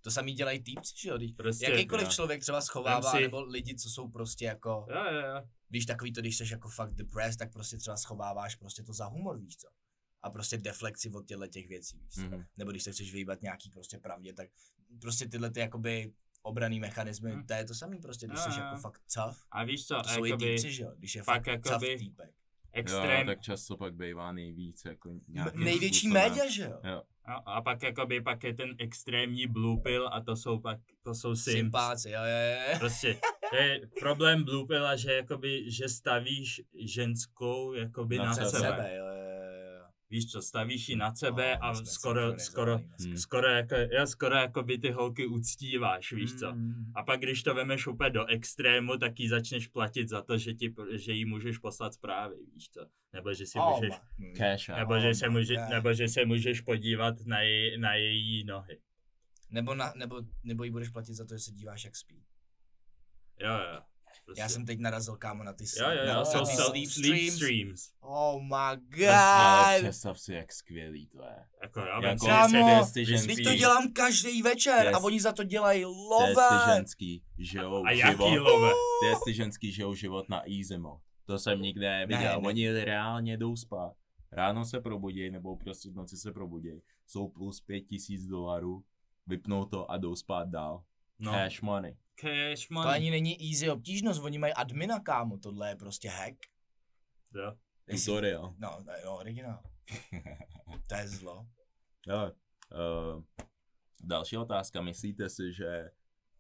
To samý dělají týpci, že jo? Prostě, Jakýkoliv jo. člověk třeba schovává, si- nebo lidi, co jsou prostě jako, Jo. víš, takový to, když jsi jako fakt depressed, tak prostě třeba schováváš prostě to za humor, víš co? A prostě deflekci od těch věcí, víš co? Mhm. Nebo když se chceš vyjíbat nějaký prostě pravdě, tak prostě tyhle ty jakoby obraný mechanismy, to je to samý prostě, když Jo, jsi jo. jako fakt tough. A víš co, To jsou i jakoby týpci, že jo? Když je pak fakt jakoby tough týpek. extrém, Jo, tak často pak bývá nejvíc jako nějakým Největší způsobem. média, že jo? Jo. a pak jakoby pak je ten extrémní blue pill a to jsou simps. Sympáci, jo. Prostě, to je problém blue pill a že jakoby, že stavíš ženskou jakoby Na na Před sebe. sebe, jo. Víš co, stavíš ji nad sebe No, a my jsme skoro synchronizovaní dneska. skoro jako by ty holky uctíváš, víš co. A pak když to vemeš úplně do extrému, tak jí začneš platit za to, že jí můžeš poslat zprávy, víš co. Nebo že si můžeš, Cash out. nebo že se můžeš podívat na její nohy. Nebo jí budeš platit za to, že se díváš, jak spí. Jo. Prostě. Já jsem teď narazil, kámo, na ty Jo, jsou sleep sleep streams. Oh my Ale god. představ si, jak skvělý to je. Jako jo, Jako vem si, kámo, jestli Teď to dělám každý večer a Yes. oni za to dělají Testy love. ženský žijou a jaký život. love? Testy ženský žijou život na easy mode. To jsem nikdy neviděl. Ne. Oni reálně jdou spát. Ráno se probudí, nebo prostě v noci se probudí. Jsou plus $5,000, vypnou to a jdou spát dál. No, Cash money. cash To money. ani není easy obtížnost, oni mají admina, kámo, tohle je prostě hack. Jo. Tutorial. No, originál. To je zlo. Ale, další otázka. Myslíte si, že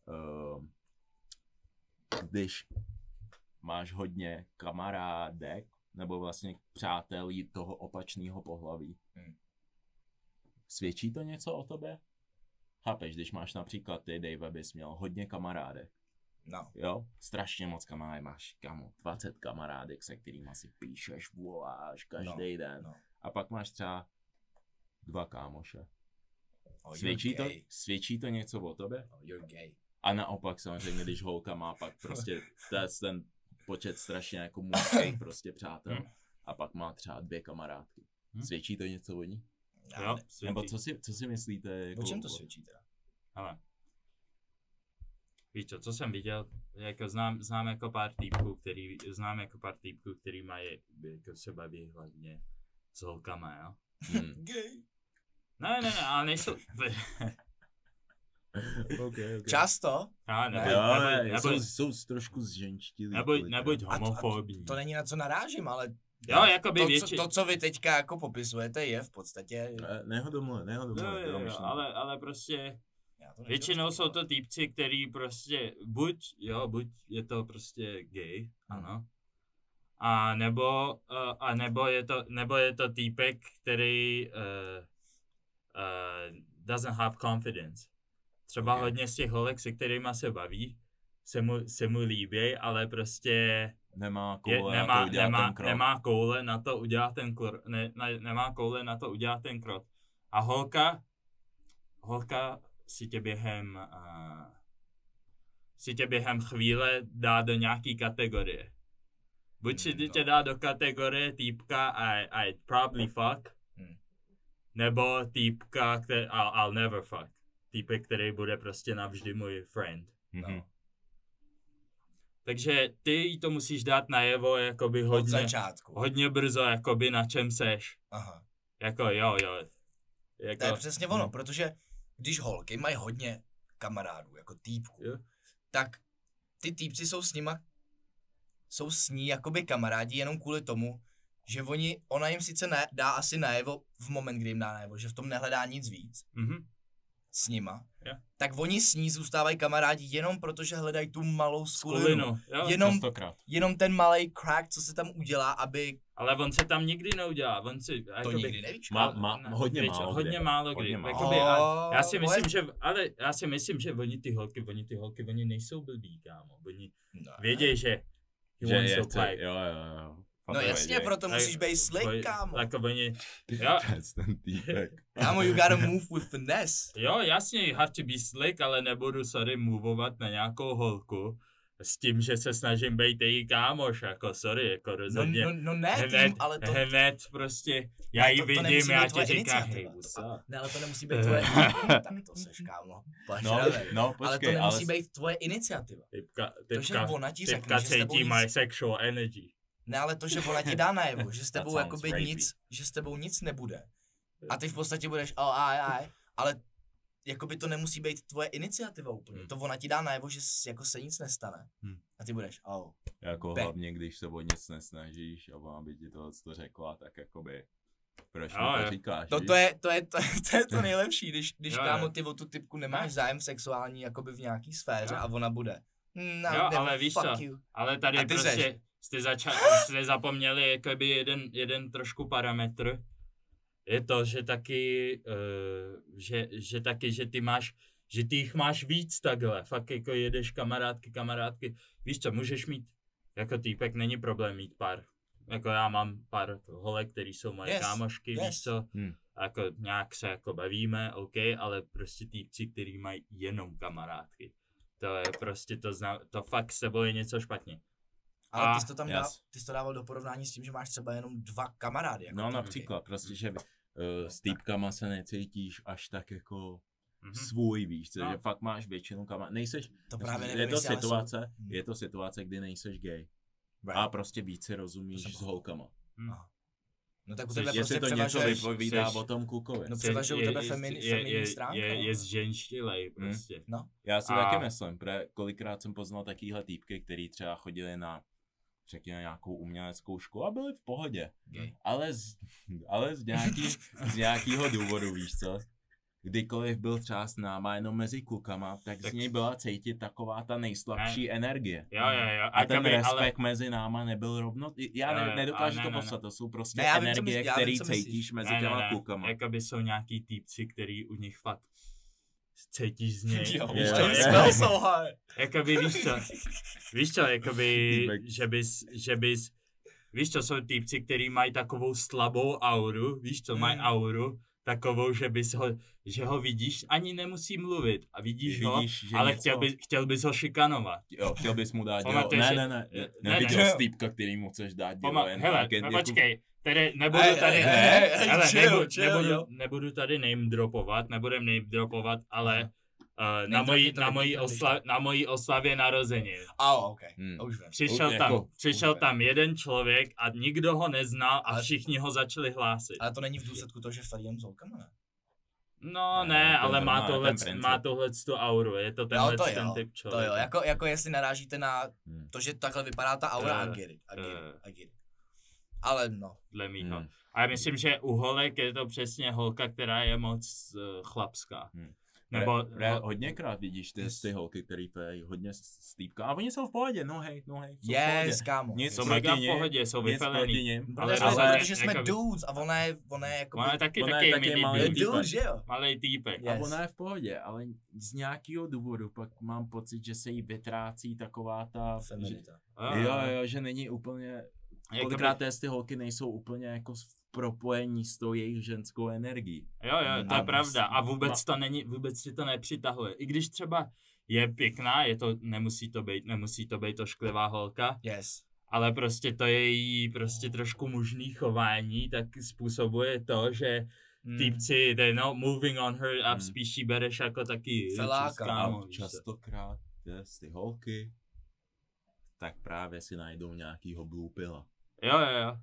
když máš hodně kamarádek, nebo vlastně přátel toho opačného pohlaví, svědčí to něco o tobě? Chápeš, když máš například ty, Dave, bys měl hodně kamarádek, No. jo? Strašně moc kamarádek, máš, kamo, 20 kamarádek, se kterými si píšeš, voláš každý den. No. A pak máš třeba 2 kámoše. Oh, Svědčí to něco o tobě? Oh, you're gay. A naopak samozřejmě, když holka má pak prostě ten počet strašně jako mužských prostě přátel a pak má třeba 2 kamarádky. Svědčí to něco o ní? Jo, Nebo svědčí. co si myslíte? Jako, O čem to svědčí teda? Hele. Víš co jsem viděl, jako znám jako pár týpků, který mají, jako se baví hlavně s holkama, jo. Gay. Ne, ale nejsou, Okay. Často? Jsou trošku zženštilí. nebuď homofobní. To není na co narážím, ale Jo, jakoby to, co vy teďka jako popisujete, je v podstatě... Nehodomluj. Jo, ale prostě většinou jsou to týpci, který prostě buď je to prostě gay, ano, a nebo je to týpek, který doesn't have confidence. Třeba hodně z těch holek, se kterýma se baví, se mu líbí, ale prostě nemá koule na to udělat ten krok. Nemá koule na to udělat ten krok. A holka si tě během chvíle dá do nějaký kategorie. Buď si tě dá do kategorie týpka I'd probably fuck, nebo týpka, I'll never fuck. Týpek, který bude prostě navždy můj friend. No. Takže ty to musíš dát najevo jakoby hodně brzo, jakoby na čem seš. Aha. Jako jo. To je přesně ono, protože když holky mají hodně kamarádů, jako týpků, tak ty týpci jsou s ní jakoby kamarádi jenom kvůli tomu, že ona jim sice dá asi najevo v moment, kdy jim dá najevo, že v tom nehledá nic víc s nima, tak oni s ní zůstávají kamarádi jenom protože hledají tu malou skulinu. Jenom ten malej crack, co se tam udělá, aby... Ale on se tam nikdy neudělá, To nikdy nevíš. Hodně málo kdy. Já si myslím, že oni ty holky, oni nejsou blbý, kámo. Oni vědějí, že jo. No jasně, proto musíš být slick, kámo. Jako oni, ten týpek. Kámo, you gotta move with finesse. Jo, jasně, you have to be slick, ale nebudu, movovat na nějakou holku, s tím, že se snažím být její kámoš, jako sorry, jako rozhodně. No ne, hned, ale to... hned prostě, já ji vidím, já ti říkám, hej, ne, ale to nemusí být tvoje... tak to seš, kámo. No, počkej, ale to nemusí být tvoje iniciativa. To, že ona ti řekne, že s tebou nic... my sexual energy. Ne, ale to, že ona ti dá najevo, že s tebou jakoby nic, že s tebou nic nebude. A ty v podstatě budeš ale jakoby to nemusí být tvoje iniciativa úplně. To ona ti dá najevo, že jako se nic nestane. A ty budeš, Jako hlavně, když se o nic nesnažíš a ona by ti to řekla, tak jakoby, proč mi to říkáš, To je to nejlepší, když kámo ty o tu typku nemáš zájem sexuální jakoby v nějaký sféře a ona bude. Ale víš co, ale tady prostě jste zapomněli jakoby jeden trošku parametr. Je to, že taky, že ty jich máš víc takhle, fakt jako jedeš kamarádky, víš co, můžeš mít, jako týpek není problém mít pár, jako já mám pár holek, který jsou moje kámošky, víš co, jako nějak se jako bavíme, OK, ale prostě týpci, který mají jenom kamarádky, to je prostě, to fakt s sebou je něco špatně. Ale ty jsi to tam ty jsi to dával do porovnání s tím, že máš třeba jenom 2 kamarády. Jako no například, prostě, že s týpkama se necítíš až tak jako svůj, víš co, že fakt máš většinu kamarád, nejseš, to právě nevím, je to situace, kdy nejseš gay. Right. A prostě víc si rozumíš s holkama. No tak u tebe prostě to něco vypovídá o tom klukovi. No převažuje u tebe feminní stránka. Je zženštilej prostě. No. Já si taky myslím, kolikrát jsem poznal takýhle týpky, který třeba chodili na řekněme nějakou uměleckou školu a byli v pohodě. Ale z nějakého důvodu, víš co? Kdykoliv byl třeba s náma jenom mezi klukama, tak z něj byla cítit taková ta nejslabší energie. Jo. A ten respekt mezi náma nebyl rovno. Já nedokážu to poslat, to jsou prostě energie, které cítíš mezi těma klukama. Jakoby jsou nějaký týpci, který u nich fakt cítíš z něj. Jakoby víš co, jakoby, že bys, víš co, jsou týpci, který mají takovou slabou auru, víš co, mají auru, takovou, že ho vidíš, ani nemusí mluvit a vidíš ho, ale chtěl bys ho šikanovat. Jo, chtěl bys mu dát dělo. Ne, neviděl jsi týpka, který mu chceš dát dělo. Hele, počkej, tady nebudu tady name dropovat, ale na mojí oslavě narozenin. Okay. Přišel tam jeden člověk a nikdo ho neznal a všichni ho začali hlásit. Ale to není v důsledku toho, že fadím s holkama, ne? No ne, ale má tohle tu auru, je to tenhle ten typ člověk. To jo, jako jestli narážíte na to, že takhle vypadá ta aura, I get it. Ale no. Dle mýho. A já myslím, že u holek je to přesně holka, která je moc chlapská. Nebo hodněkrát vidíš ty holky, který pejí hodně stýpka a oni jsou v pohodě, no hej, yes, kámo. Jsou mega v pohodě, jsou vyfelený. Protože jsme dudes a ona je jako... Ona je taky malej týpek. A ona je v pohodě, ale z nějakého důvodu pak mám pocit, že se jí vytrácí taková ta... feminita. Jo, že není úplně... Kolikrát ty holky nejsou úplně jako propojení s tou jejich ženskou energií. Jo, to je pravda a vůbec si to nepřitahuje. I když třeba je pěkná, nemusí to být ošklivá holka, ale prostě to její prostě trošku mužný chování, tak způsobuje to, že týpci, moving on her a spíš jí bereš jako taky feláka. Častokrát ty holky tak právě si najdou nějakýho blue pilla. Jo.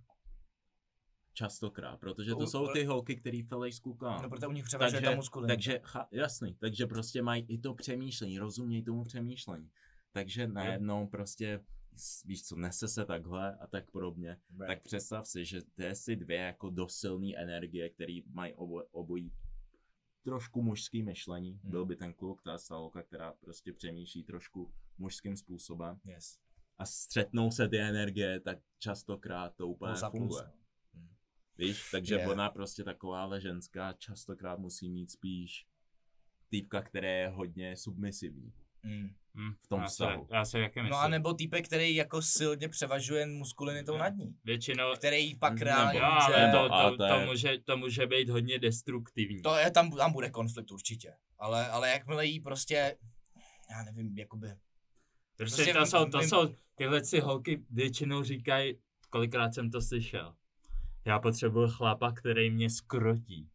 Častokrát, protože to jsou ty holky, který felej s klukama. No, protože u nich převažuje ta muskulinita. Takže prostě mají i to přemýšlení, rozumějí tomu přemýšlení. Takže najednou prostě, víš co, nese se takhle a tak podobně. Right. Tak představ si, že to je si 2 jako dosilný energie, který mají obojí trošku mužský myšlení. Byl by ten kluk, ta holka, která prostě přemýšlí trošku mužským způsobem. A střetnou se ty energie, tak častokrát to úplně funguje. Víš, takže ona prostě takováhle ženská častokrát musí mít spíš týpka, který je hodně submisivní v tom vztahu. No a nebo týpek, který jako silně převažuje muskulinitou nad ní. Většinou. Který pak reálně to může být hodně destruktivní. To je, tam bude konflikt určitě, ale jakmile jí prostě, já nevím, jakoby Prostě to jsou tyhle si holky většinou říkají, kolikrát jsem to slyšel. Já potřebuji chlapa, který mě skrotí.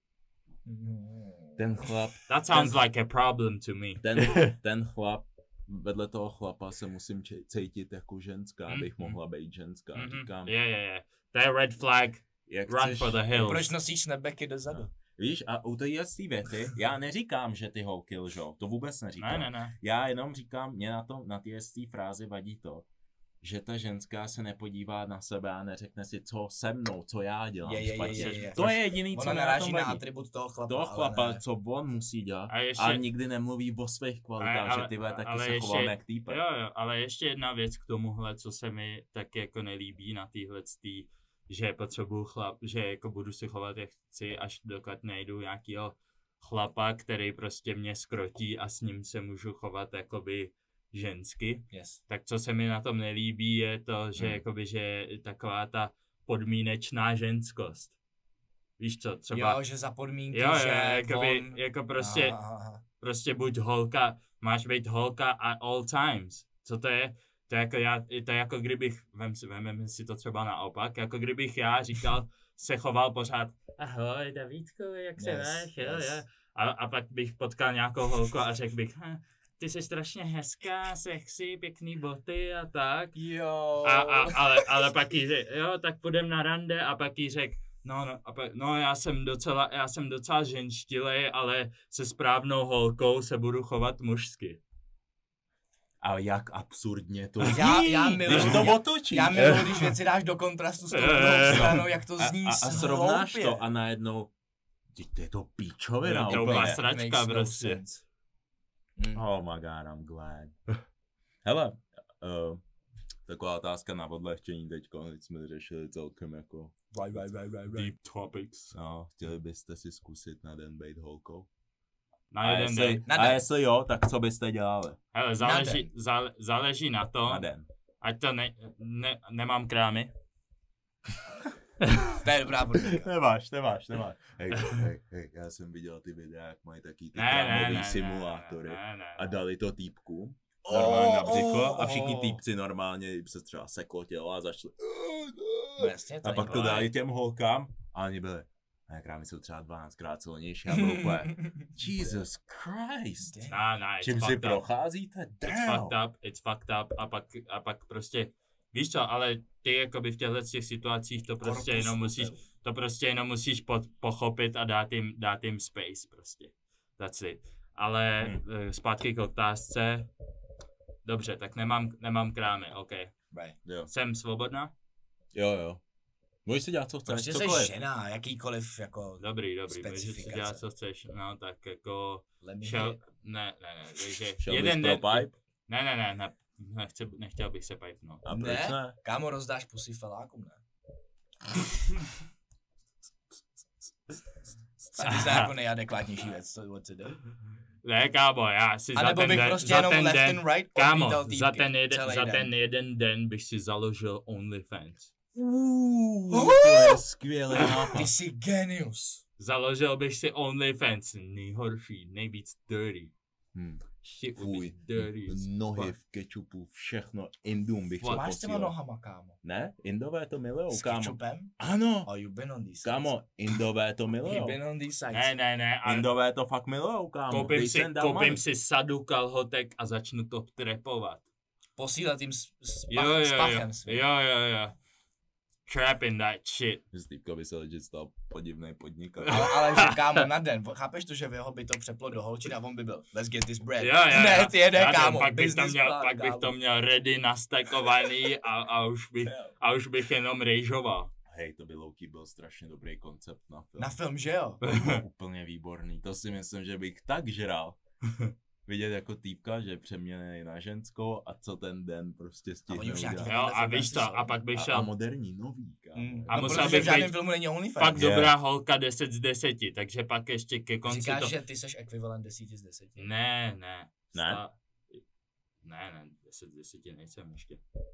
Ten chlap... That sounds like a problem to me. Ten chlap, vedle toho chlapa se musím cítit jako ženská, abych mohla být ženská, říkám. Yeah. To je red flag, run for the hills. Proč nosíš snapbacky dozadu? No. Víš, a u té věty, já neříkám, že ty holky lžou, to vůbec neříkám. Ne. Já jenom říkám, mě na té frázi vadí to, že ta ženská se nepodívá na sebe a neřekne si, co se mnou, co já dělám špatně. To je jediný, co mě na tom vadí. Na atribut toho chlapa. Toho chlapa, co on musí dělat a nikdy nemluví o svých kvalitách, že tyhle taky se chováme jak týpek. Jo, ale ještě jedna věc k tomuhle, co se mi taky jako nelíbí na téhletý, že potřebuju že jako budu si chovat jak chci, až dokud nejdu nějakýho chlapa, který prostě mě skrotí a s ním se můžu chovat jakoby žensky. Yes. Tak co se mi na tom nelíbí je to, že jakoby, že taková ta podmínečná ženskost. Víš co, třeba... Jo, že za podmínky, že jakoby, on... jako prostě, prostě buď holka, máš být holka at all times. Co to je? To je jako kdybych, vememe si to třeba naopak, jako kdybych já říkal, se choval pořád, ahoj Davídku, jak se máš, jo. A pak bych potkal nějakou holku a řekl bych, ty jsi strašně hezká, sexy, pěkný boty a tak. Jo. Ale pak jí řekl, jo, tak půjdem na rande a pak jí řekl, já jsem docela ženštilej, ale se správnou holkou se budu chovat mužsky. A jak absurdně to zní, já miluji, když věci dáš do kontrastu s tou druhou stranou, jak to zní a srovnáš to a najednou, to je to píčovina úplně. To je sračka prostě. Oh my god, I'm glad. Hele, taková otázka na odlehčení teďko, teď jsme řešili celkem jako deep topics. No, chtěli byste si zkusit na den být holkou? Na jeden den. A jestli jo, tak co byste dělali? Hele, záleží na to, na den. Ať to nemám krámy. To je dobrá podmínka. Nemáš. Hej, já jsem viděl ty videa, jak mají taky ty krámový simulátory a dali to týpku normálně na břicho a všichni týpci normálně se třeba seklo tělo a začali a pak to dali těm holkám a oni byli, mé krámy jsou třeba 12krát silnější a byl úplně, Jesus Christ, čím si procházíte? It's fucked up a pak prostě, víš co, ale ty jakoby v těchto situacích to prostě jenom musíš pochopit a dát jim space prostě. That's it. Ale zpátky k otázce. Dobře, tak nemám krámy, ok. Jo. Jsem svobodná? Jo. Můžeš si dělat, co chceš. Prostě jsi žena, jakýkoliv jako dobrý, můžeš si dělat, co chceš, no tak jako... Ne, takže jeden den... Ne, nechtěl bych se pipnout. A proč ne? Kámo, rozdáš pusy felákům, ne? Co je jako nejadekvátnější věc, what to do? Ne, kámo, já si za ten den, prostě za ten den, kámo, za ten jeden den bych si založil OnlyFans. To je skvělý nápad. Ty jsi genius. Založil bych si OnlyFans, nejhorší, nejvíc dirty. Fuj, nohy v kečupu, všechno, Indům bych chtěl posílat. Máš s těma nohama, kámo? Ne, Indové to milujou, kámo. S kečupem? Ano. Oh, you've been on these sites. Kámo, Indové to milujou. You've been on these sites. Ne. Indové to fakt milujou, kámo. Koupím si sadu kalhotek a začnu to trepovat. Posílat jim s pachem svým. Jo. Trapping that shit. Že Stýpka by se legit stal podivnej podnikat. ale že kámo, na den, chápeš to, že v jeho by to přeplo do holčin a on by byl, let's get this bread. Jo. Ne, ty jede, kámo, pak bych to měl ready, nastekovaný a už bych jenom rejžoval. Hej, to by low-key byl strašně dobrý koncept na film. Na film, že jo? Úplně výborný, to si myslím, že bych tak žral. Vidět jako týpka, že je přeměněný na ženskou a co ten den prostě stihne udělat. Jo, a víš to, a pak bych šel... A moderní, nový, kámo. A musel bych v žádném filmu není OnlyFans. Fakt dobrá holka 10 z 10, takže pak ještě ke konci říkáš, že ty seš ekvivalent 10 z 10. Ne. Ne, 10 z 10 nejsem ještě.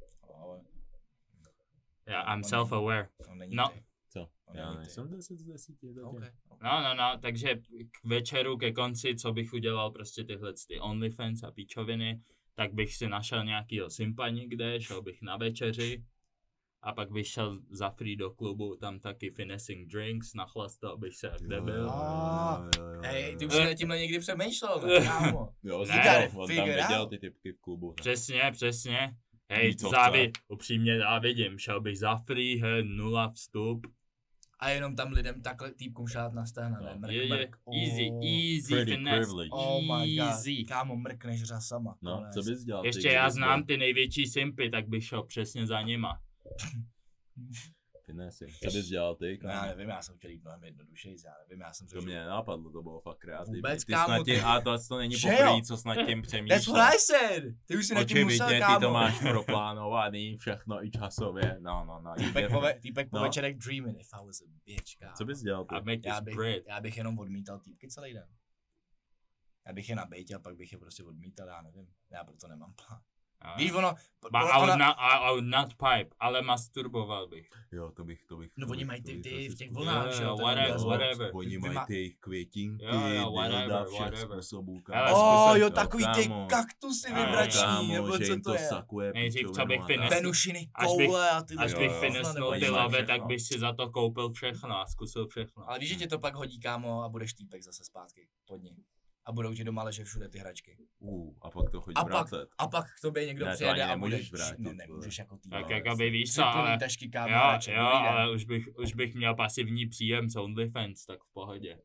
I'm self-aware. No. Co? Já nejsem 10 z 10. Okay. No, takže k večeru, ke konci, co bych udělal prostě tyhle ty OnlyFans a píčoviny, tak bych si našel nějakýho simpa někde, šel bych na večeři a pak bych šel za free do klubu, tam taky finessing drinks, nachlastal bych se jak debil. Hej, ty už jsi nad tímhle někdy přemýšlel, tak kámo. Jo, Ne, on tam viděl ty typky v klubu. Přesně. Hej, Ví, co upřímně závidím, šel bych za free, hej, 0 vstup. A jenom tam lidem takhle týpkům šát na stehna, ne? Mrk, mrk. Easy Pretty finesse. privilege. Oh my god, Easy. kámo, mrkneš řasama. No, konec. co bys dělal? Ještě já znám ty největší simpy, tak bych šel přesně za nima. Finesse. Co bys dělal ty, No, já kámo? nevím, já jsem chtěl jít mnohem jednodušeji, já nevím, já jsem To řešil. mě nenapadlo, to bylo fakt kreativní. Vůbec, Ty kámo, snad ty- a to není Že poprvé, jo? co snad tím That's přemýšlel. what I said! Ty už si na tím musel, Očividně kámo. ty to máš proplánovaný, všechno i časově. No. Týpek po No. večerek dreaming, if I was a bitch, kámo. Co bys dělal ty? A make Já this bread. já bych jenom odmítal týpky celý den. Já bych je nabejtil a pak bych je prostě odmítal, já nevím. Já proto nemám plán. Víš, ono... But I would not pipe, ale masturboval bych. Jo, to bych. No oni mají ty v těch zkusil. vlnách, že jo? ten whatever, orgasmus. whatever. Oni mají ty jejich květinky, Jo, whatever, dilda, všech whatever. způsobů. Ale Oh, zkusil jo, to, takový ty kámo. kaktusy Jo, vibrační, Kámo, nebo že co jim to je? sakuje Nejdřív, co pičovinu bych a tak. finesl- Penušiny, až bych- koule a ty... Až Jo, bych jo. finesnul Oni ty mají lave, všechno. tak bych si za to koupil všechno a zkusil všechno. Ale víš, že tě to pak hodí, kámo, a budeš týpek zase zpátky pod ním. A budou ti doma ležet všude ty hračky. A pak to chodí A pak, vracet. a pak k tobě někdo Ne, to přijede ani a nemůžeš budeš... vrátit, No vole. nemůžeš jako týpek. Tak jakoby víš co, ale... tašky, kámo, Jo, hraček, jo, dobrý den. ale už bych měl pasivní příjem z OnlyFans, tak v pohodě.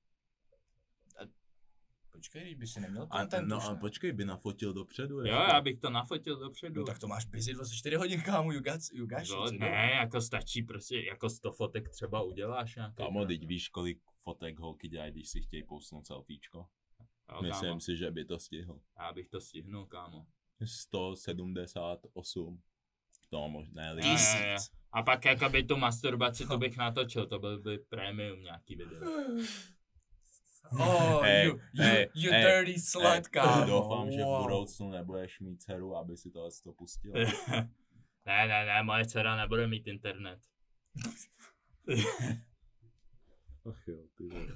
Počkej, když by si neměl A, content no už, a ne? počkej, by nafotil dopředu. Jo, ještě. já bych to nafotil dopředu. No tak to máš busy 24 hodin, kámo, you got No, shit, ne, jako stačí prostě, jako 100 fotek třeba uděláš nějaký. Kámo, teď víš, kolik fotek holky dělají, když si chtějí pousnout selfiečko? Jo, Myslím kámo, si, že by to stihl. já bych to stihnul, kámo. 178. To možná Jo, líp. jo, jo. A pak jakoby tu masturbaci to bych natočil, to byl by premium nějaký video. Oh, Hey, you hey, dirty slut, kámo. Doufám, že v Wow. budoucnu nebudeš mít dceru, aby si to pustil. Ne, moje dcera nebude mít internet. Ach jo, ty vole.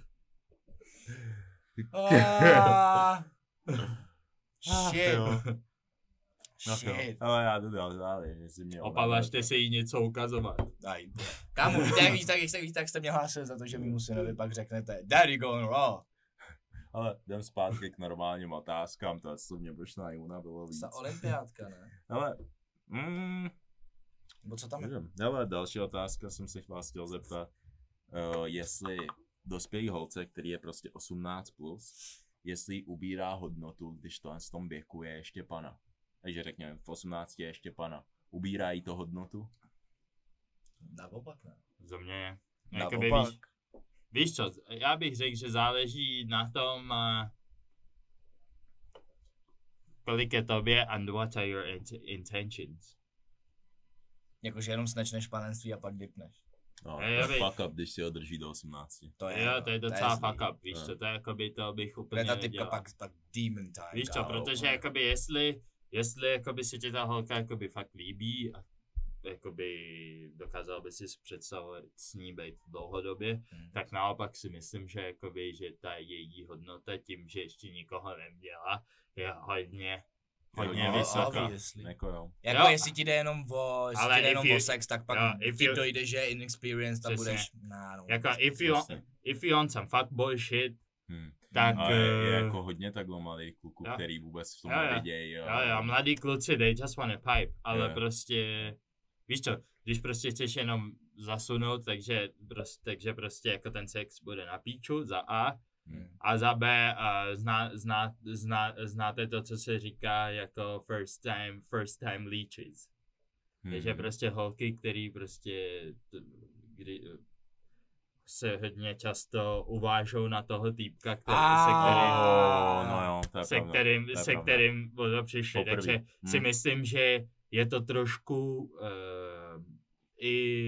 Ah. Shit. jo. Ach jo. Shit. Ale já to dál, jestli mě Opavažte si jí něco ukazovat. Aj, kámo, víš, tak jste mě hlásil za to, že mimo synovi pak řeknete Daddy going raw. Ale jdem zpátky k normálním otázkám, to co mě možná i unavilo víc. Ta olympiádka, ne? Ale, Nebo co tam je? nevím. Ale další otázka jsem se vás chtěl zeptat, jestli dospělý holce, který je prostě 18+, jestli ubírá hodnotu, když to v tom věku je ještě pana. Takže řekněme, v 18 je ještě pana. Ubírá jí to hodnotu? Naopak, ne? Za mě. Jakoby Naopak. víš co, já bych řekl, že záleží na tom, kolik je tobě and what are your intentions. Jakože jenom snečneš panenství a pak dipneš. No, Já to bych- fuck up, když si ho drží do 18. To je, Jo, to je docela zlý. fuck up, víš No. co, to je jakoby, to bych To je úplně ta typka nedělal. pak demon time. Víš co, kámo. protože jakoby jestli jakoby si tě ta holka jakoby fakt líbí a jakoby dokázal by si představovat s ní být dlouhodobě, tak naopak si myslím, že jakoby, že ta její hodnota tím, že ještě nikoho neměla, je hodně No, vysoká. obviously. Jako jo. Jako Jo. jestli ti jde jenom o, jestli Ale ti jde if jenom you- o sex, tak pak jo, if ti you- dojde, že je inexperienced a Přesně. budeš... Nah, no, Jako Přesně. if you want some fuckboy shit, Hm. tak A je jako hodně takhle malých kluků, jo. který vůbec v tom Jo, jo. nevidějí. jo, mladí kluci, they just wanna pipe, ale Jo. prostě, víš co, když prostě chceš jenom zasunout, takže prostě jako ten sex bude na píču, za A, a za B, znáte to, co se říká jako first time leeches. Takže prostě holky, který prostě se hodně často uvážou na toho týpka, se kterým přišli. Poprvé. Takže si myslím, že je to trošku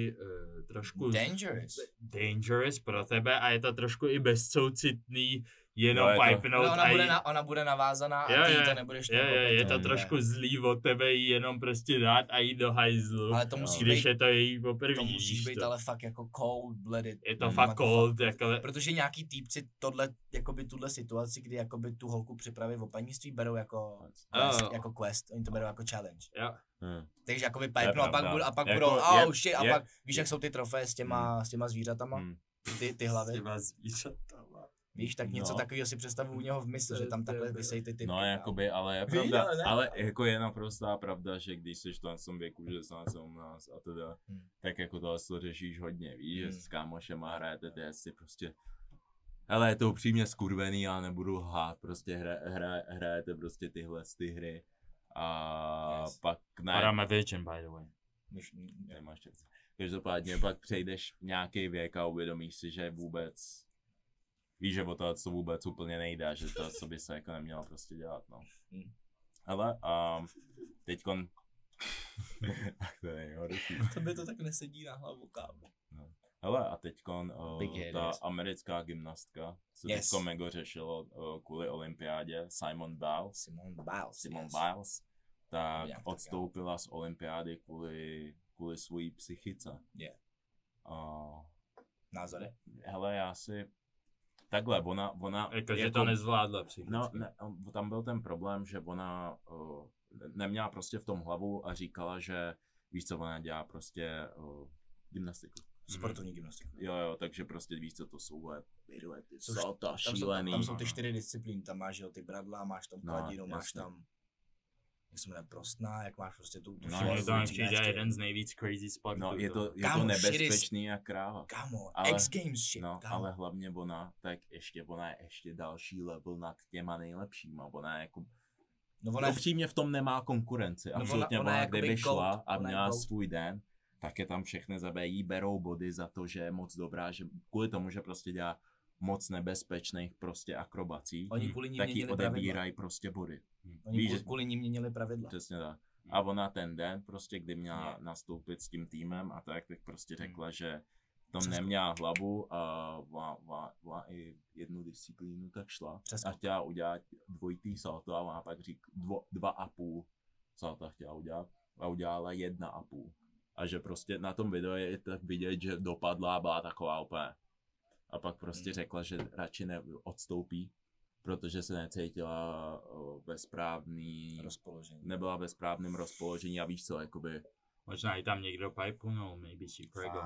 trošku Dangerous. dangerous pro tebe a je to trošku i bezsoucitný, jenom pipenout. Ona bude navázaná a ty to nebudeš je to trošku zlý od tebe jí jenom prostě dát a jít do hajzlu. Ale to musí když být, je to její poprvé. to musíš být ale fakt jako cold-blooded. Je to fakt cold. Protože nějaký týpci tuhle situaci, kdy jakoby tu holku připraví v opanictví, berou jako quest, oni to berou jako challenge. Takže jakoby pipnou a pak budou, pak víš, jak jsou ty trofeje s těma zvířatama, ty hlavy. S těma zvířatama. Víš, tak něco takového si představuji u něho v mysli, že tam takhle vysej ty typky. No, jakoby, ale je pravda, ale jako je naprostá pravda, že když jsi v tom věku, že jsi u nás a teda, tak jako tohle to řešíš hodně, víš, že s kámošema hrajete ty si prostě, hele, je to upřímně skurvený, já nebudu lhát, prostě hrajete prostě tyhle ty hry a pak Paráme Virgin, by the way. Nemáš čas. Každopádně pak přejdeš nějaký věk a uvědomíš si, že vůbec víš, že o to vůbec úplně nejde, že to co by se jako nemělo prostě dělat, no. Ale teďkon... to je nejhorší. To by to tak nesedí na hlavu, kámo. No. Hele, a teďkon ta americká gymnastka se teďko mega řešilo kvůli olympiádě, Simone Biles, tak odstoupila z olympiády kvůli svojí psychice. Názory? Hele, já si... Takhle, ona jakože to nezvládla psychicky. No, tam byl ten problém, že ona neměla prostě v tom hlavu a říkala, že víš co, ona dělá prostě gymnastiku. Sportovní gymnastiku. Jo, takže prostě víš co, to jsou ty salta šílený. Tam jsou ty 4 disciplíny, tam máš ty bradla, máš tam kladinu, máš tam jak se jmenuje prostná, jak máš prostě tu no, to přijde jeden z nejvíc crazy sportů. No, je to nebezpečný jak kráva. Kámo, X Games shit, no, kámo. ale hlavně ona je ještě další level nad těma nejlepšíma. Ona je jako... No, upřímně v tom nemá konkurenci. Absolutně ona kdyby šla a měla svůj den, tak je tam všechny zabejí, berou body za to, že je moc dobrá, že kvůli tomu, že prostě dělá moc nebezpečných prostě akrobací, tak jí odebírají prostě body. Oni kvůli ním měnili pravidla. Přesně tak. A ona ten den, prostě kdy měla nastoupit s tím týmem a tak prostě řekla, že to neměla hlavu a i jednu disciplínu tak šla. A chtěla udělat dvojitý salto a ona pak řík 2,5 salta chtěla udělat a udělala 1,5. A že prostě na tom videu je tak vidět, že dopadla a byla taková úplně. A pak prostě řekla, že radši odstoupí, protože se necítila ve správný rozpoložení. Nebyla ve správném rozpoložení a víš co, jakoby... Možná i tam někdo pipunul, maybe she prego.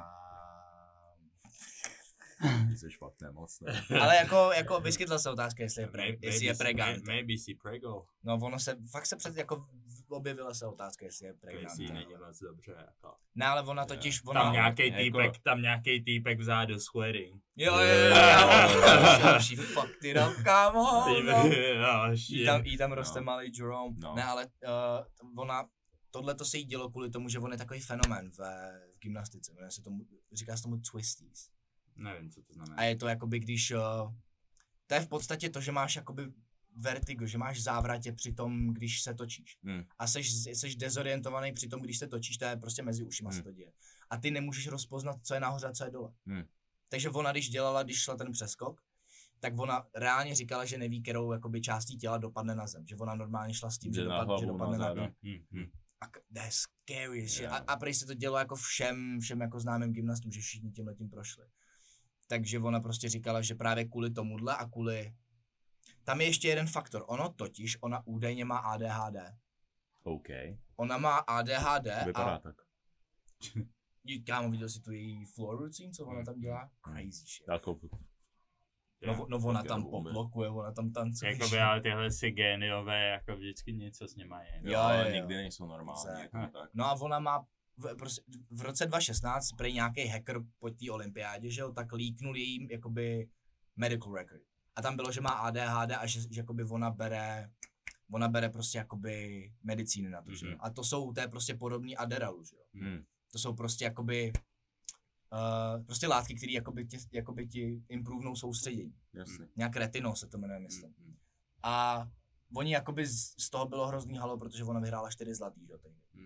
Ty jsi fakt nemocný. Ale jako vyskytla se otázka, jestli je pregant. Maybe she prego. No ono se objevila se otázka, jestli je pregant. Jestli není moc dobře, jako. Ne, ale ona totiž... Tam nějaký týpek vzadu swearing. Jo. She fucked it up, kámo. Jí tam roste malý Jerome. Ne, ale tohle to se jí dělo kvůli tomu, že on je takový fenomén v gymnastice. Říká se tomu twisties. Nevím, co to znamená. A je to jakoby, když... to je v podstatě to, že máš jakoby vertigo, že máš závratě při tom, když se točíš. A seš dezorientovaný při tom, když se točíš, to je prostě mezi ušima se to děje. A ty nemůžeš rozpoznat, co je nahoře a co je dole. Takže ona, když šla ten přeskok, tak ona reálně říkala, že neví, kterou jakoby částí těla dopadne na zem. Že ona normálně šla s tím, že dopadne na zem. A to je scary, že? A prý se to dělo jako všem jako známým gymnastům, že všichni tímhletím prošli. Takže ona prostě říkala, že právě kvůli tomuhle a kvůli... Tam je ještě jeden faktor. Ona údajně má ADHD. OK. Ona má ADHD vypadá tak. Kámo, viděl jsi tu její floor routine, co ona tam dělá? Crazy shit. No ona tam poblokuje, ona tam tancuje. Jakoby, ale tyhle si géniové, jako vždycky něco s nima je. Jo, ale nikdy nejsou normální. Tak. No a ona má v roce 2016 prej nějaký hacker po té olympiádě, že jo, tak líknul její jakoby medical record. A tam bylo, že má ADHD a že jakoby ona bere prostě jakoby medicíny na to, že jo. A to je prostě podobný Adderalu, že jo. To jsou prostě jakoby prostě látky, které jakoby ti improvnou soustředění. Jasně. Nějak retino se to jmenuje, myslím. A oni jakoby z toho bylo hrozný halo, protože ona vyhrála 4 zlatý, že jo.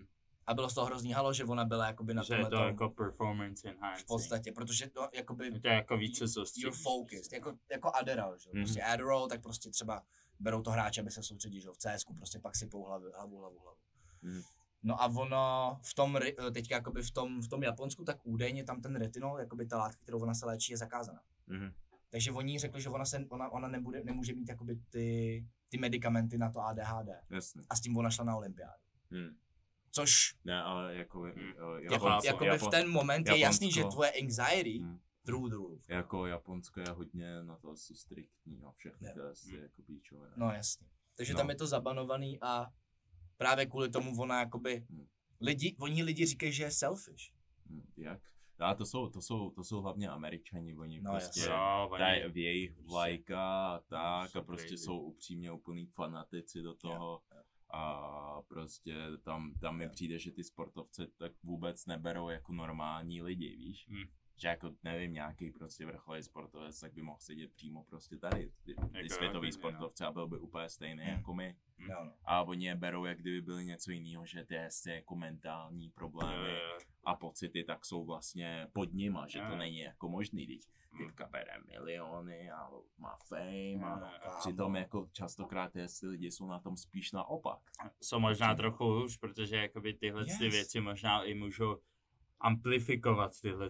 A bylo z toho hrozný halo, že ona byla jakoby na Že je to tomhletom jako performance enhancing. v podstatě, protože to jakoby To je jako více soustředí. you're focused, jako Adderall, že? Prostě Adderall, tak prostě třeba berou to hráče, aby se soustředil, že v CSku, prostě pak sypou hlavu. No a ono v tom, teďka jakoby v tom Japonsku, tak údajně tam ten retinol, jakoby ta látka, kterou ona se léčí, je zakázaná. Takže oni jí řekli, že ona nemůže mít jakoby ty medicamenty na to ADHD. Jasně. A s tím ona šla na olympiádu. Což ne, ale jako jakoby v ten moment je jasný, že tvoje anxiety through the roof. Jako Japonsko je hodně na to striktní a všechny ty jako píčové. No jasně. Takže tam je to zabanovaný a právě kvůli tomu ona jakoby oni lidi říkají, že je selfish. Jak? A to jsou hlavně Američani, oni prostě dají v jejich vlajka a tak a prostě jsou upřímně úplný fanatici do toho. A prostě tam mi přijde, že ty sportovce tak vůbec neberou jako normální lidi, víš? Že jako nevím, nějaký prostě vrcholový sportovec, tak by mohl sedět přímo prostě tady, ty světový sportovci a byl by úplně stejný jako my. A oni je berou, jak kdyby byly něco jiného, že ty jako mentální problémy a pocity tak jsou vlastně pod nima, že to není jako možný, teď teďka bere miliony a má fame a přitom jako častokrát ty lidi jsou na tom spíš naopak. Jsou možná trochu hůř, protože jakoby tyhle ty věci možná i můžou amplifikovat tenhle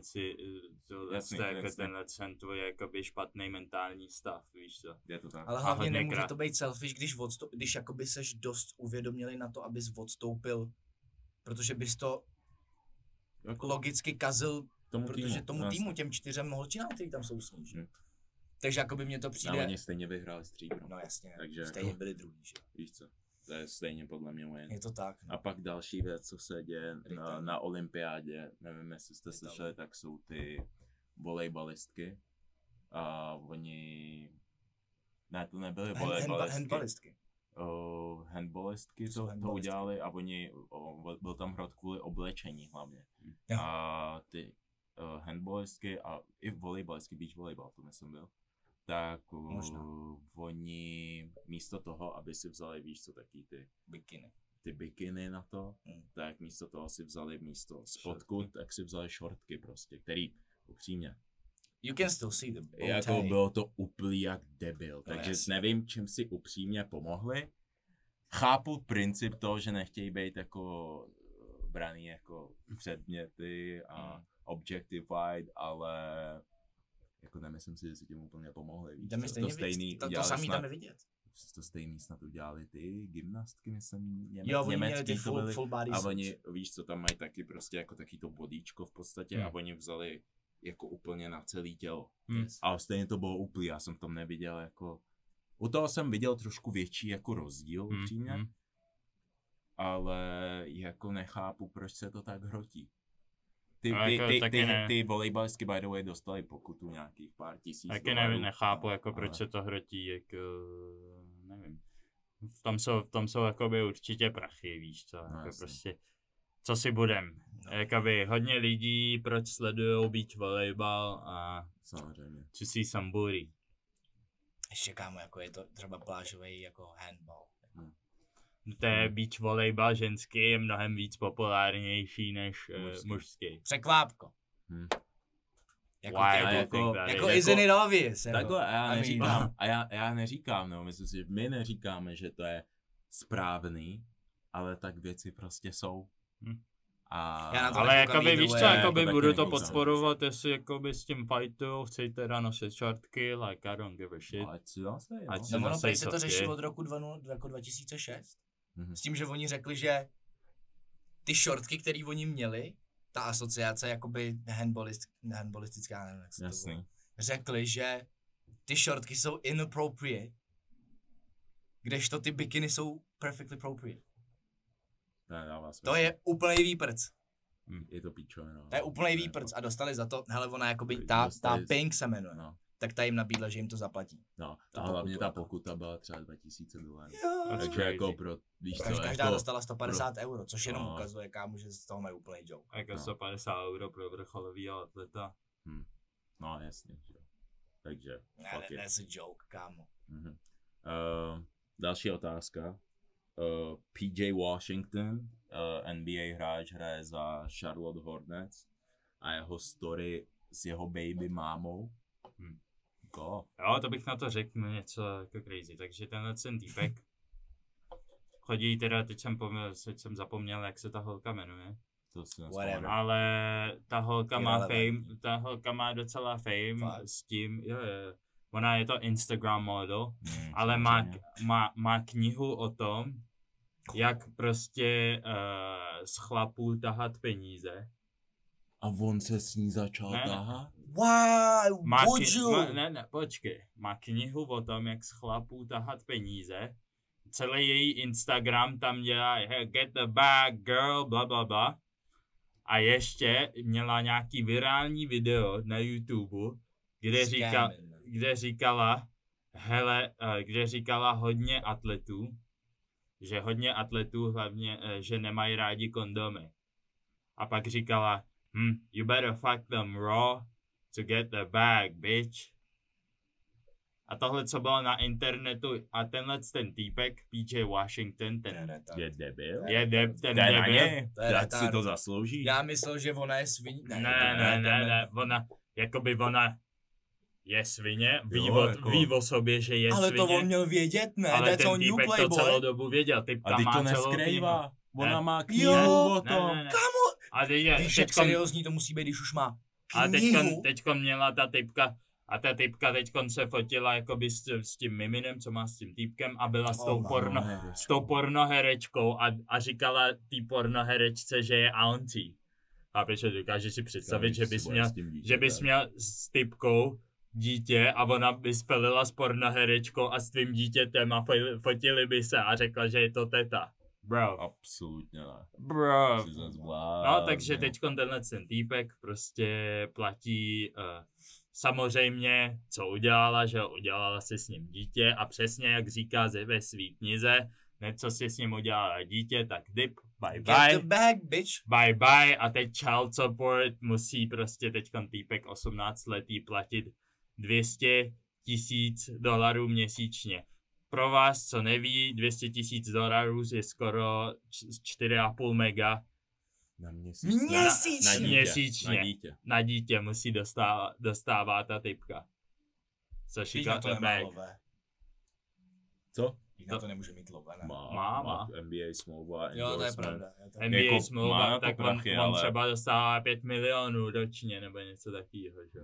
tvůj jakoby špatný mentální stav, víš co. Je to tak. Ale hlavně nemůže to být selfish, když jakoby seš dost uvědomělý na to, abys odstoupil, protože bys to logicky kazil tomu týmu, těm 4 holčinám, který tam jsou s ní. Takže jakoby mě to přijde. Ale oni stejně vyhráli stříbro. No jasně, takže stejně byli druhý, že? Víš co, to je stejně podle mě moje. Je to tak. No. A pak další věc, co se děje na olympiádě, nevím, jestli jste slyšeli, tak jsou ty volejbalistky. A oni... Ne, to nebyly volejbalistky. Handballistky. Handballistky to udělali a oni, byl tam hrot kvůli oblečení hlavně. A ty handballistky a i volejbalistky, beach volejbal, to myslím byl, tak oni místo toho, aby si vzali, víš co, taky ty bikiny na to, tak místo toho si vzali místo spodku, tak si vzali šortky prostě, který upřímně. You can still see the bow jako tie. bylo to úplný jak debil, takže nevím, čím si upřímně pomohli. Chápu princip toho, že nechtějí být jako braný jako předměty a objectified, ale jako nemyslím si, že si tím úplně pomohli. Víš, to samý tam je vidět. To stejný snad udělali ty gymnastky, myslím, oni měli ty full body a oni, víš co, tam mají taky prostě jako taky to bodíčko v podstatě a oni vzali jako úplně na celé tělo. A stejně to bylo úplně, já jsem v tom neviděl jako, u toho jsem viděl trošku větší jako rozdíl upřímně, ale jako nechápu, proč se to tak hrotí. Ty volejbalistky by the way dostali pokutu nějakých pár tisíc taky nechápu, jako proč se to hrotí, jako nevím. V tom jsou jakoby určitě prachy, víš co, jako prostě, co si budem. Jakoby hodně lidí, proč sledujou beach volejbal a samozřejmě. čusí sambury. Ještě kámo, jako je to třeba plážový jako handball. To je beach volejbal ženský, je mnohem víc populárnější než mužský. Překvápko. Jako isn't it obvious? Takhle, já neříkám, já neříkám, no, myslím si, že my neříkáme, že to je správný, ale tak věci prostě jsou. Ale jakoby víš co, jakoby budu to podporovat, jestli jakoby s tím fightujou, chci teda nosit šortky, like I don't give a shit. No ono se to řeší od roku 2006. S tím, že oni řekli, že ty šortky, které oni měli, ta asociace jakoby handballistická, nevím jak se to bylo, řekli, že ty šortky jsou inappropriate, kdežto ty bikiny jsou perfectly appropriate. To je úplný výprc. Je to píčové, no. To je úplný výprc a dostali za to, hele ona jakoby ta Pink se jmenuje, tak ta jim nabídla, že jim to zaplatí. No, a hlavně ta pokuta byla třeba $2000. Takže jako pro, víš co, každá dostala 150 euro, což jenom ukazuje, kámo, že z toho mají úplný joke. Jako 150 euro pro vrcholový atleta. No jasně, že. Takže, that's a joke, kámo. Další otázka. PJ Washington, NBA hráč, hraje za Charlotte Hornets a jeho story s jeho baby mámou. Go. Jo, to bych na to řekl něco jako crazy. Takže tenhle ten týpek chodí teda, teď jsem zapomněl, jak se ta holka jmenuje. To si Whatever. Ale ta holka má Irrelevant. fame, ta holka má docela fame Fakt. s tím, jo. Ona je to Instagram model, ale samozřejmě. má knihu o tom, jak prostě z chlapů tahat peníze. A on se s ní začal Ne. tahat? Wow, božu! Ne, počkej. Má knihu o tom, jak z chlapů tahat peníze. Celý její Instagram tam dělá hey, get the bag, girl, bla, bla, bla. A ještě měla nějaký virální video na YouTube, kde říkala, hele, kde říkala hodně atletů, že hodně atletů hlavně, že nemají rádi kondomy. A pak říkala, you better fuck them raw to get the bag, bitch. A tohle, co bylo na internetu, a tenhle ten týpek, PJ Washington, ten Je debil? ten To je na debil. něj. To je Tak si retard. to zaslouží. Já myslel, že ona je svině. Ne, ona je svině, jako- ví o sobě, že je Ale svině. to on měl vědět, ne? Ale That's ten on you, týpek to celou playboy. dobu věděl, typka A ty má to celou neskrývá. knihu. Ona Ne. má Jo. knihu o tom. Ne. Kamo, A víš, jak teďkon, seriózní to musí být, když už má a knihu. teďkon měla ta typka, a ta typka teďkon se fotila jakoby s tím miminem, co má s tím týpkem a byla s tou pornoherečkou a říkala té pornoherečce, že je auntie. A protože dokáže si představit, že bys měl s typkou dítě a ona by spelila s pornoherečkou a s tvým dítětem a fotili by se a řekla, že je to teta. Bro. Absolutně ne. Bro. Jsi zas blázen. No, takže teďkon ten týpek prostě platí samozřejmě, co udělala, že udělala si s ním dítě a přesně jak říká ve svý knize, něco si s ním udělala dítě, tak dip, bye Get bye, the bag, bitch. bye bye a teď child support musí prostě teďkon týpek 18 letý platit $200,000 měsíčně. Pro vás, co neví, $200,000 je skoro 4,5 mega. Na měsíc. Měsíčně. Na dítě. Měsíčně. Na dítě. Na dítě musí dostává ta typka. Což Víš, je na to nemá lové. Co? Víš, na to nemůže mít lové, ne? Má. NBA smlouva. Jo, to je endorsement. pravda. NBA Jako smlouva, má jako tak prachy, on ale- třeba dostává 5 milionů ročně nebo něco takového, že?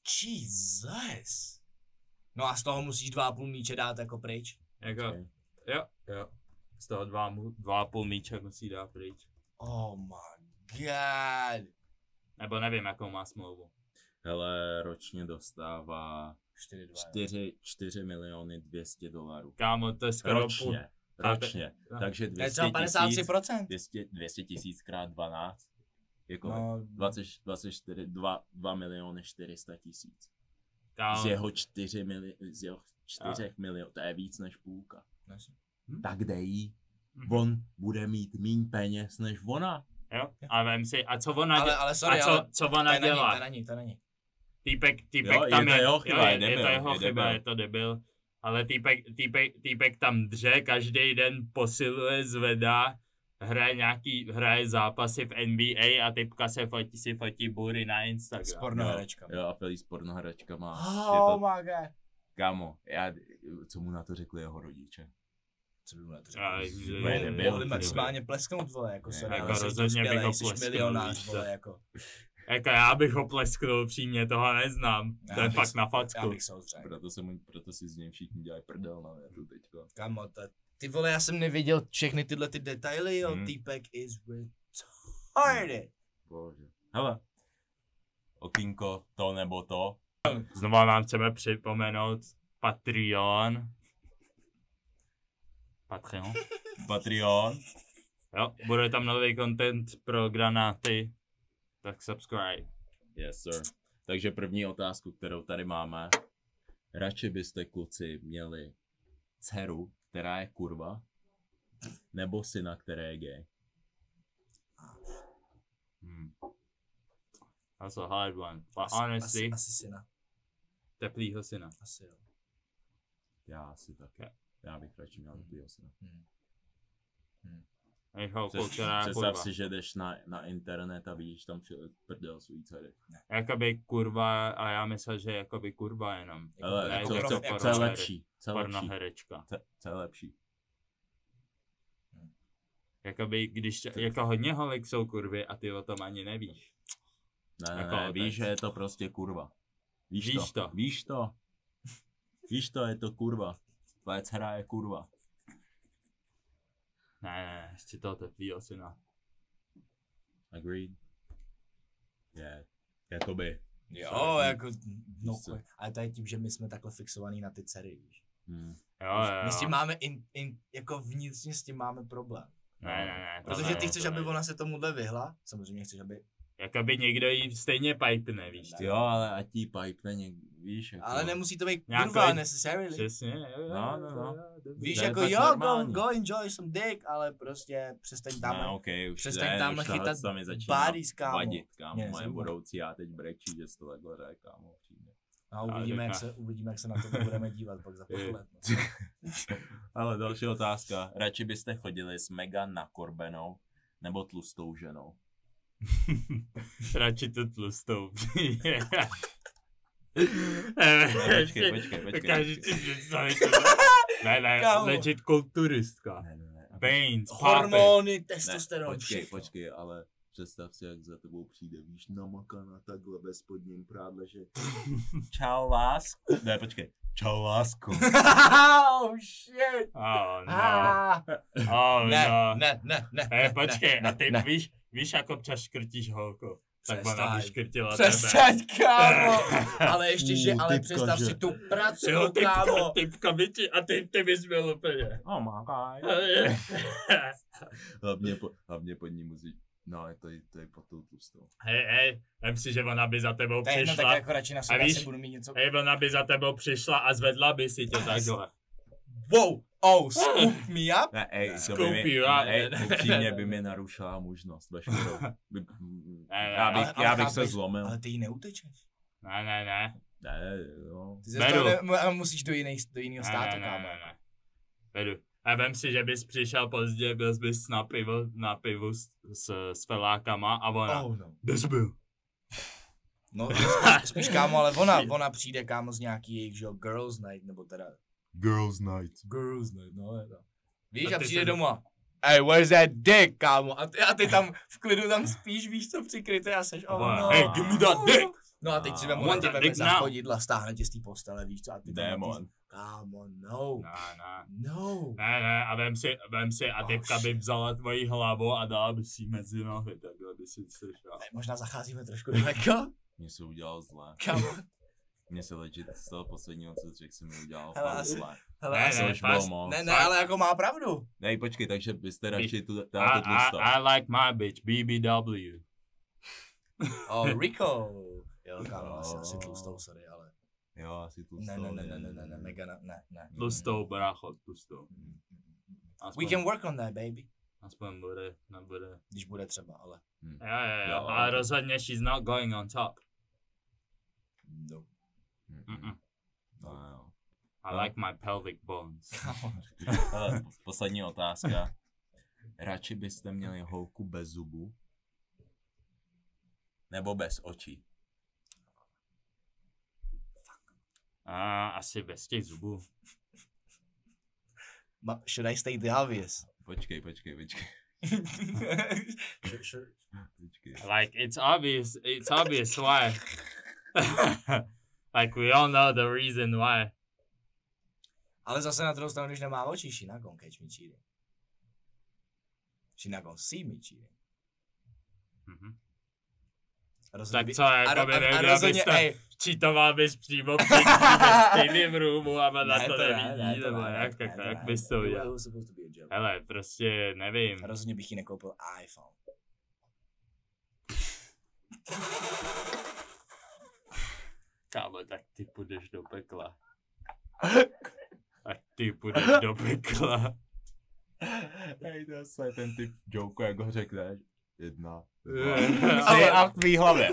Jesus. No a z toho musíš 2,5 míče dát jako pryč. Jako, Okay. jo. Z toho 2,5 míče musí dát pryč. Oh my god. Nebo nevím, jakou má smlouvu. Hele, ročně dostává 4,2. 4 miliony $200. Kámo, to je skoro půl. Ročně. No. Takže To je třeba 53%. 200 tisíc krát 12. Jako No, 24, 2 miliony 400 tisíc. Kámo, Z jeho 4 milionů, to je víc než půlka. Tak dej jí. On bude mít míň peněz než ona. jo, a vem si, a co ona dělá? ale sorry, a co to ona je na ní, dělá? to není. Týpek Jo, tam je to jeho chyba, je je debil, to jeho je chyba, debil. je to debil. Ale týpek tam dře, každý den posiluje, zvedá, hraje zápasy v NBA a typka si fotí bury na S Instagram. pornoherečkami. Jo, a Feli s pornohračkama. Oh my god. Kámo, co mu na to řekli jeho rodiče? Co by mu na to Aj, řekl? že- Mohli Mohli debil, maximálně plesknout, vole, jako sorry, Jako ale jsi rozhodně bych ho dospělej, jsi plesknul, milionář, víš co. vole, jako. Jako já bych ho plesknul, přímě toho neznám. To je bych fakt si- na Já facku. bych se ho zřekl. Proto si z něj všichni dělají prdel na větu teďko. Kamo, ty vole, já jsem neviděl všechny tyhle ty detaily, jo, Hmm. týpek is retarded. Bože. Hele, okýnko, to nebo to. Znova nám chceme připomenout Patreon. Patreon. Jo, bude tam nový content pro granáty, tak subscribe. Yes, sir. Takže první otázku, kterou tady máme. Radši byste, kluci, měli dceru, která je kurva, nebo syna, který je gay? That's a hard one. But honestly, Asi syna. teplýho syna. Asi jo. Já asi taky. Já bych radši měl takovýho syna. Víš holku, která je Představ kurva. si, že jdeš na internet a vidíš tam prdel svůj dcery. Jakoby kurva a já myslel, že jakoby kurva jenom. Ale Ne, co jako je pornoher- lepší? Co je lepší? Pornoherečka. Co je lepší? Jakoby když jako hodně holek jsou kurvy a ty o tom ani nevíš. Jako Ne, otec. víš, že je to prostě kurva. Víš to. Víš to, je to kurva. Tvoje dcera je kurva. Ne, ještě toho teplýho syna. Agreed? Je to by. Jo, jako, no, Víš co? ale to je tím, že my jsme takhle fixovaný na ty dcery, víš. Jo. My s tím máme, jako vnitřně s tím máme problém. Ne. to Protože ne, ty chceš, to aby ne. ona se tomuhle vyhla, samozřejmě chceš, aby... Jakoby někdo jí stejně pipne, víš co? Jo, ale ať jí pipne víš, jako... Ale nemusí to být Nějaký- kurva necessarily. Přesně, jo. No. Víš, To je jako fakt jo, normální. go enjoy some dick, ale prostě přestaň tam, No, okay, už přestaň tamhle chytat mi začíná bodies, kámo. vadit, kámo, Mě moje nezajímá. budoucí, já teď brečí, že jsi to takhle řekl, kámo, přijde. A uvidíme, jak se na to budeme dívat pak za pár let. no. Ale další otázka, radši byste chodili s mega nakorbenou nebo tlustou ženou? Radši tu tlustou. Počkej. Dokážu si představit. Ne, Kámo. legit kulturistka. Ne. Veins, Hormony, Ne, testosteron, všechno. počkej, ale představ si, jak za tebou přijde, víš, namakaná takhle ve spodním prádle, že čau lásko. Ne, počkej, čau lásko. Oh shit! Oh no. Ah. Oh Ne, no. ne. Počkej, ne, a ty ne. víš, jak občas škrtíš holku. Tak ona Přestaň. by škrtila Přestaň, kámo! Ale ještě, že, ale typka, představ že? si tu tebe. pracu, Jo, kámo! typka by ti, a ty bys byl úplně. Oh my god. Hlavně pod ní musí, no, to je pod tou tlustou. Hej, vem si, že ona by za tebou To je jedno, tak přišla. jako radši na A sebe víš- asi budu mít něco... Hej, ona by za tebou přišla a zvedla by si tě takhle. Wow! Oh, scoop me up? Ne, ej, to by Scoop mi, you up. ej, upřímně by mi narušila možnost veškerou. Já Ale bych se chápeš, zlomil. Ale ty ji neutečeš. Ne. Ne, jo. Ty se Beru. musíš do jiného státu, kámo. Ne. Vedu. A vem si, že bys přišel pozdě, byl bys na pivu s felákama a ona. Oh no. Kde jsi byl? No, spíš kámo, ale ona přijde kámo z nějaký jejich, že jo, girls night, nebo teda Girls night. girls night, no je to. Víš, A a ty přijde se- domů. Hey, where's that dick, kámo? A ty tam v klidu tam spíš, víš co, přikrytý a seš, oh no. Hey, give me that dick! No a teď si vemu Want na tě that veme dick za now. chodidla, stáhne tě z té postele, víš co, a ty tam Démon. kámo, no. No. Ne, a vem si a typka by vzala tvoji hlavu a dala by si ji mezi nohy, takhle by si slyšel. Ne, možná zacházíme trošku daleko, Mně se udělal zlé. kámo. Mně se legit z toho posledního, co řekl, se mi udělal Hele, fakt asi- zlé. Hele, Ne, asi- ne, už bylo fakt. moc. ne, ale jako má pravdu. Nej, počkej, takže byste radši tu I tlustou. like my bitch, BBW. Oh, Rico. Jo, kámo, asi tlustou, sorry, ale. Jo, asi tlustou. Ne, mega ne. Tlustou, brácho, tlustou. We can work on that, baby. Aspoň nebude. Když bude třeba, ale. Jo, ale rozhodně she's not going on top. No. No, jo. I like my pelvic bones. Hele, poslední otázka. Radši byste měli holku bez zubu? Nebo bez očí? Asi bez těch zubů. Should I state the obvious? Počkej. Sure. Počkej. Like, it's obvious why. Like, we all know the reason why. Ale zase na druhou stranu, když nemá oči, she not gonna catch me cheating. She not gonna see me cheating. Mhm. Rozhodně Tak co, jako by a neměl rozhodně, bys ej, cheatoval bys přímo při stejným roomu a na to nevidí, nebo jak bys to udělal? was supposed to be a joke. Hele, prostě nevím. A rozhodně bych jí nekoupil iPhone. Kámo, tak ty půjdeš do pekla. Tak ty půjdeš do pekla. Hej, to je ten typ joke, jak ho řekneš. 1, 2, Ale- 3 a v tvý hlavě.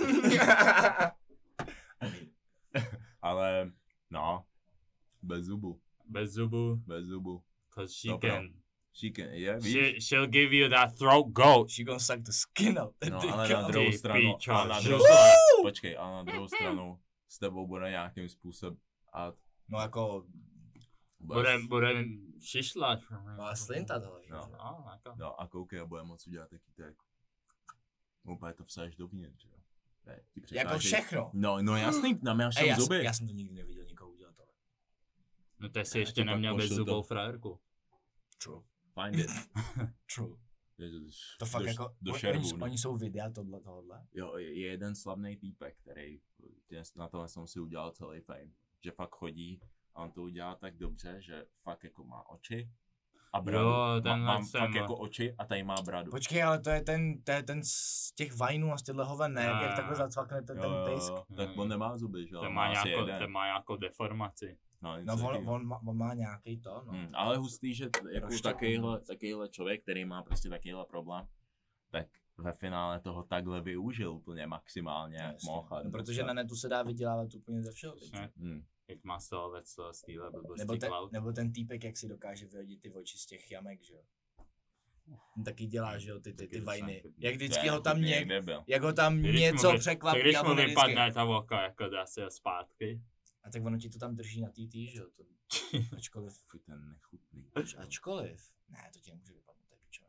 Ale, no, bez zubu. Bez zubu, Bez zubu. cause she Dobro. can She can, víš? She'll give you that throat goat. She gonna suck the skin out. No, ale na druhou Ty stranu, pičo, ale na že? druhou, počkej, ale na druhou stranu s tebou bude nějakým způsobem a No jako, Bude šišlat. no a slintat ho. No. No, jako. No a koukej, a bude moc udělat taky tak. Úplně to vsáš dovnitř, jo. Ne, ti Jako překážej- všechno. No jasný, namášem zuby. Já jsem to nikdy neviděl nikoho udělat, ale. No to jsi Já ještě ti pak neměl pošlu bezzubou to. frajerku. True. Find it. True. Ježiš, To fakt do, jako, do oni, šervu, oni jsou videa tohle. Jo, je jeden slavný týpek, který na tohle jsem si udělal celý fame. Že fakt chodí a on to udělá tak dobře, že fakt jako má oči a bradu. Jo, tenhle mám jsem, fakt no. jako oči a tady má bradu. Počkej, ale to je ten z těch vajnů a z těchto hoven, ne? Jo, Jak takhle jo. zacvakne ten pisk. Tak on nemá zuby, že jo? Ten Má má, asi jeden. ten má nějakou deformaci. No, No on má nějaký to, no. Ale hustý, že jako Roštěpů. takovýhle člověk, který má prostě takovýhle problém, tak ve finále toho takhle využil úplně maximálně, jak Jasně. mohl. No, protože na netu se dá vydělávat úplně ze všeho. teď. Přesně. Jak má z toho veclo z téhle blbosti cloud. Nebo ten týpek, jak si dokáže vyhodit ty oči z těch jamek, že jo. On taky dělá, že jo, ty vajny. Jak vždycky ho tam jak ho tam něco překvapí. Když a mu on vždycky- vypadne ta voka, jako dá se ho zpátky. A tak ono ti to tam drží na TT, že jo. To, ačkoliv. Fuj, ten nechutný. Ačkoliv. Ne, to ti nemůže vypadnout, to je pičové.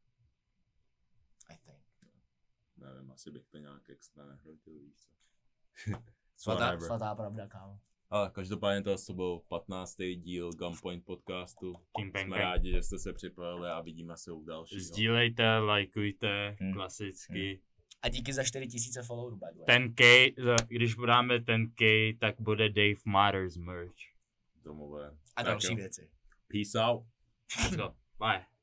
I think. Nevím, asi bych to nějak extra nehrotil, víš co. Svatá pravda, kámo. Ale každopádně to byl 15. díl Gunpoint podcastu. Tím Jsme penkem. rádi, že jste se připojili a vidíme se u dalšího. Sdílejte, lajkujte, klasicky. A díky za 4000 followerů, by the way. 10k, když dáme 10k, tak bude Dave Matters merch. Domové. A Tak další jo. věci. Peace out. Let's go. Bye.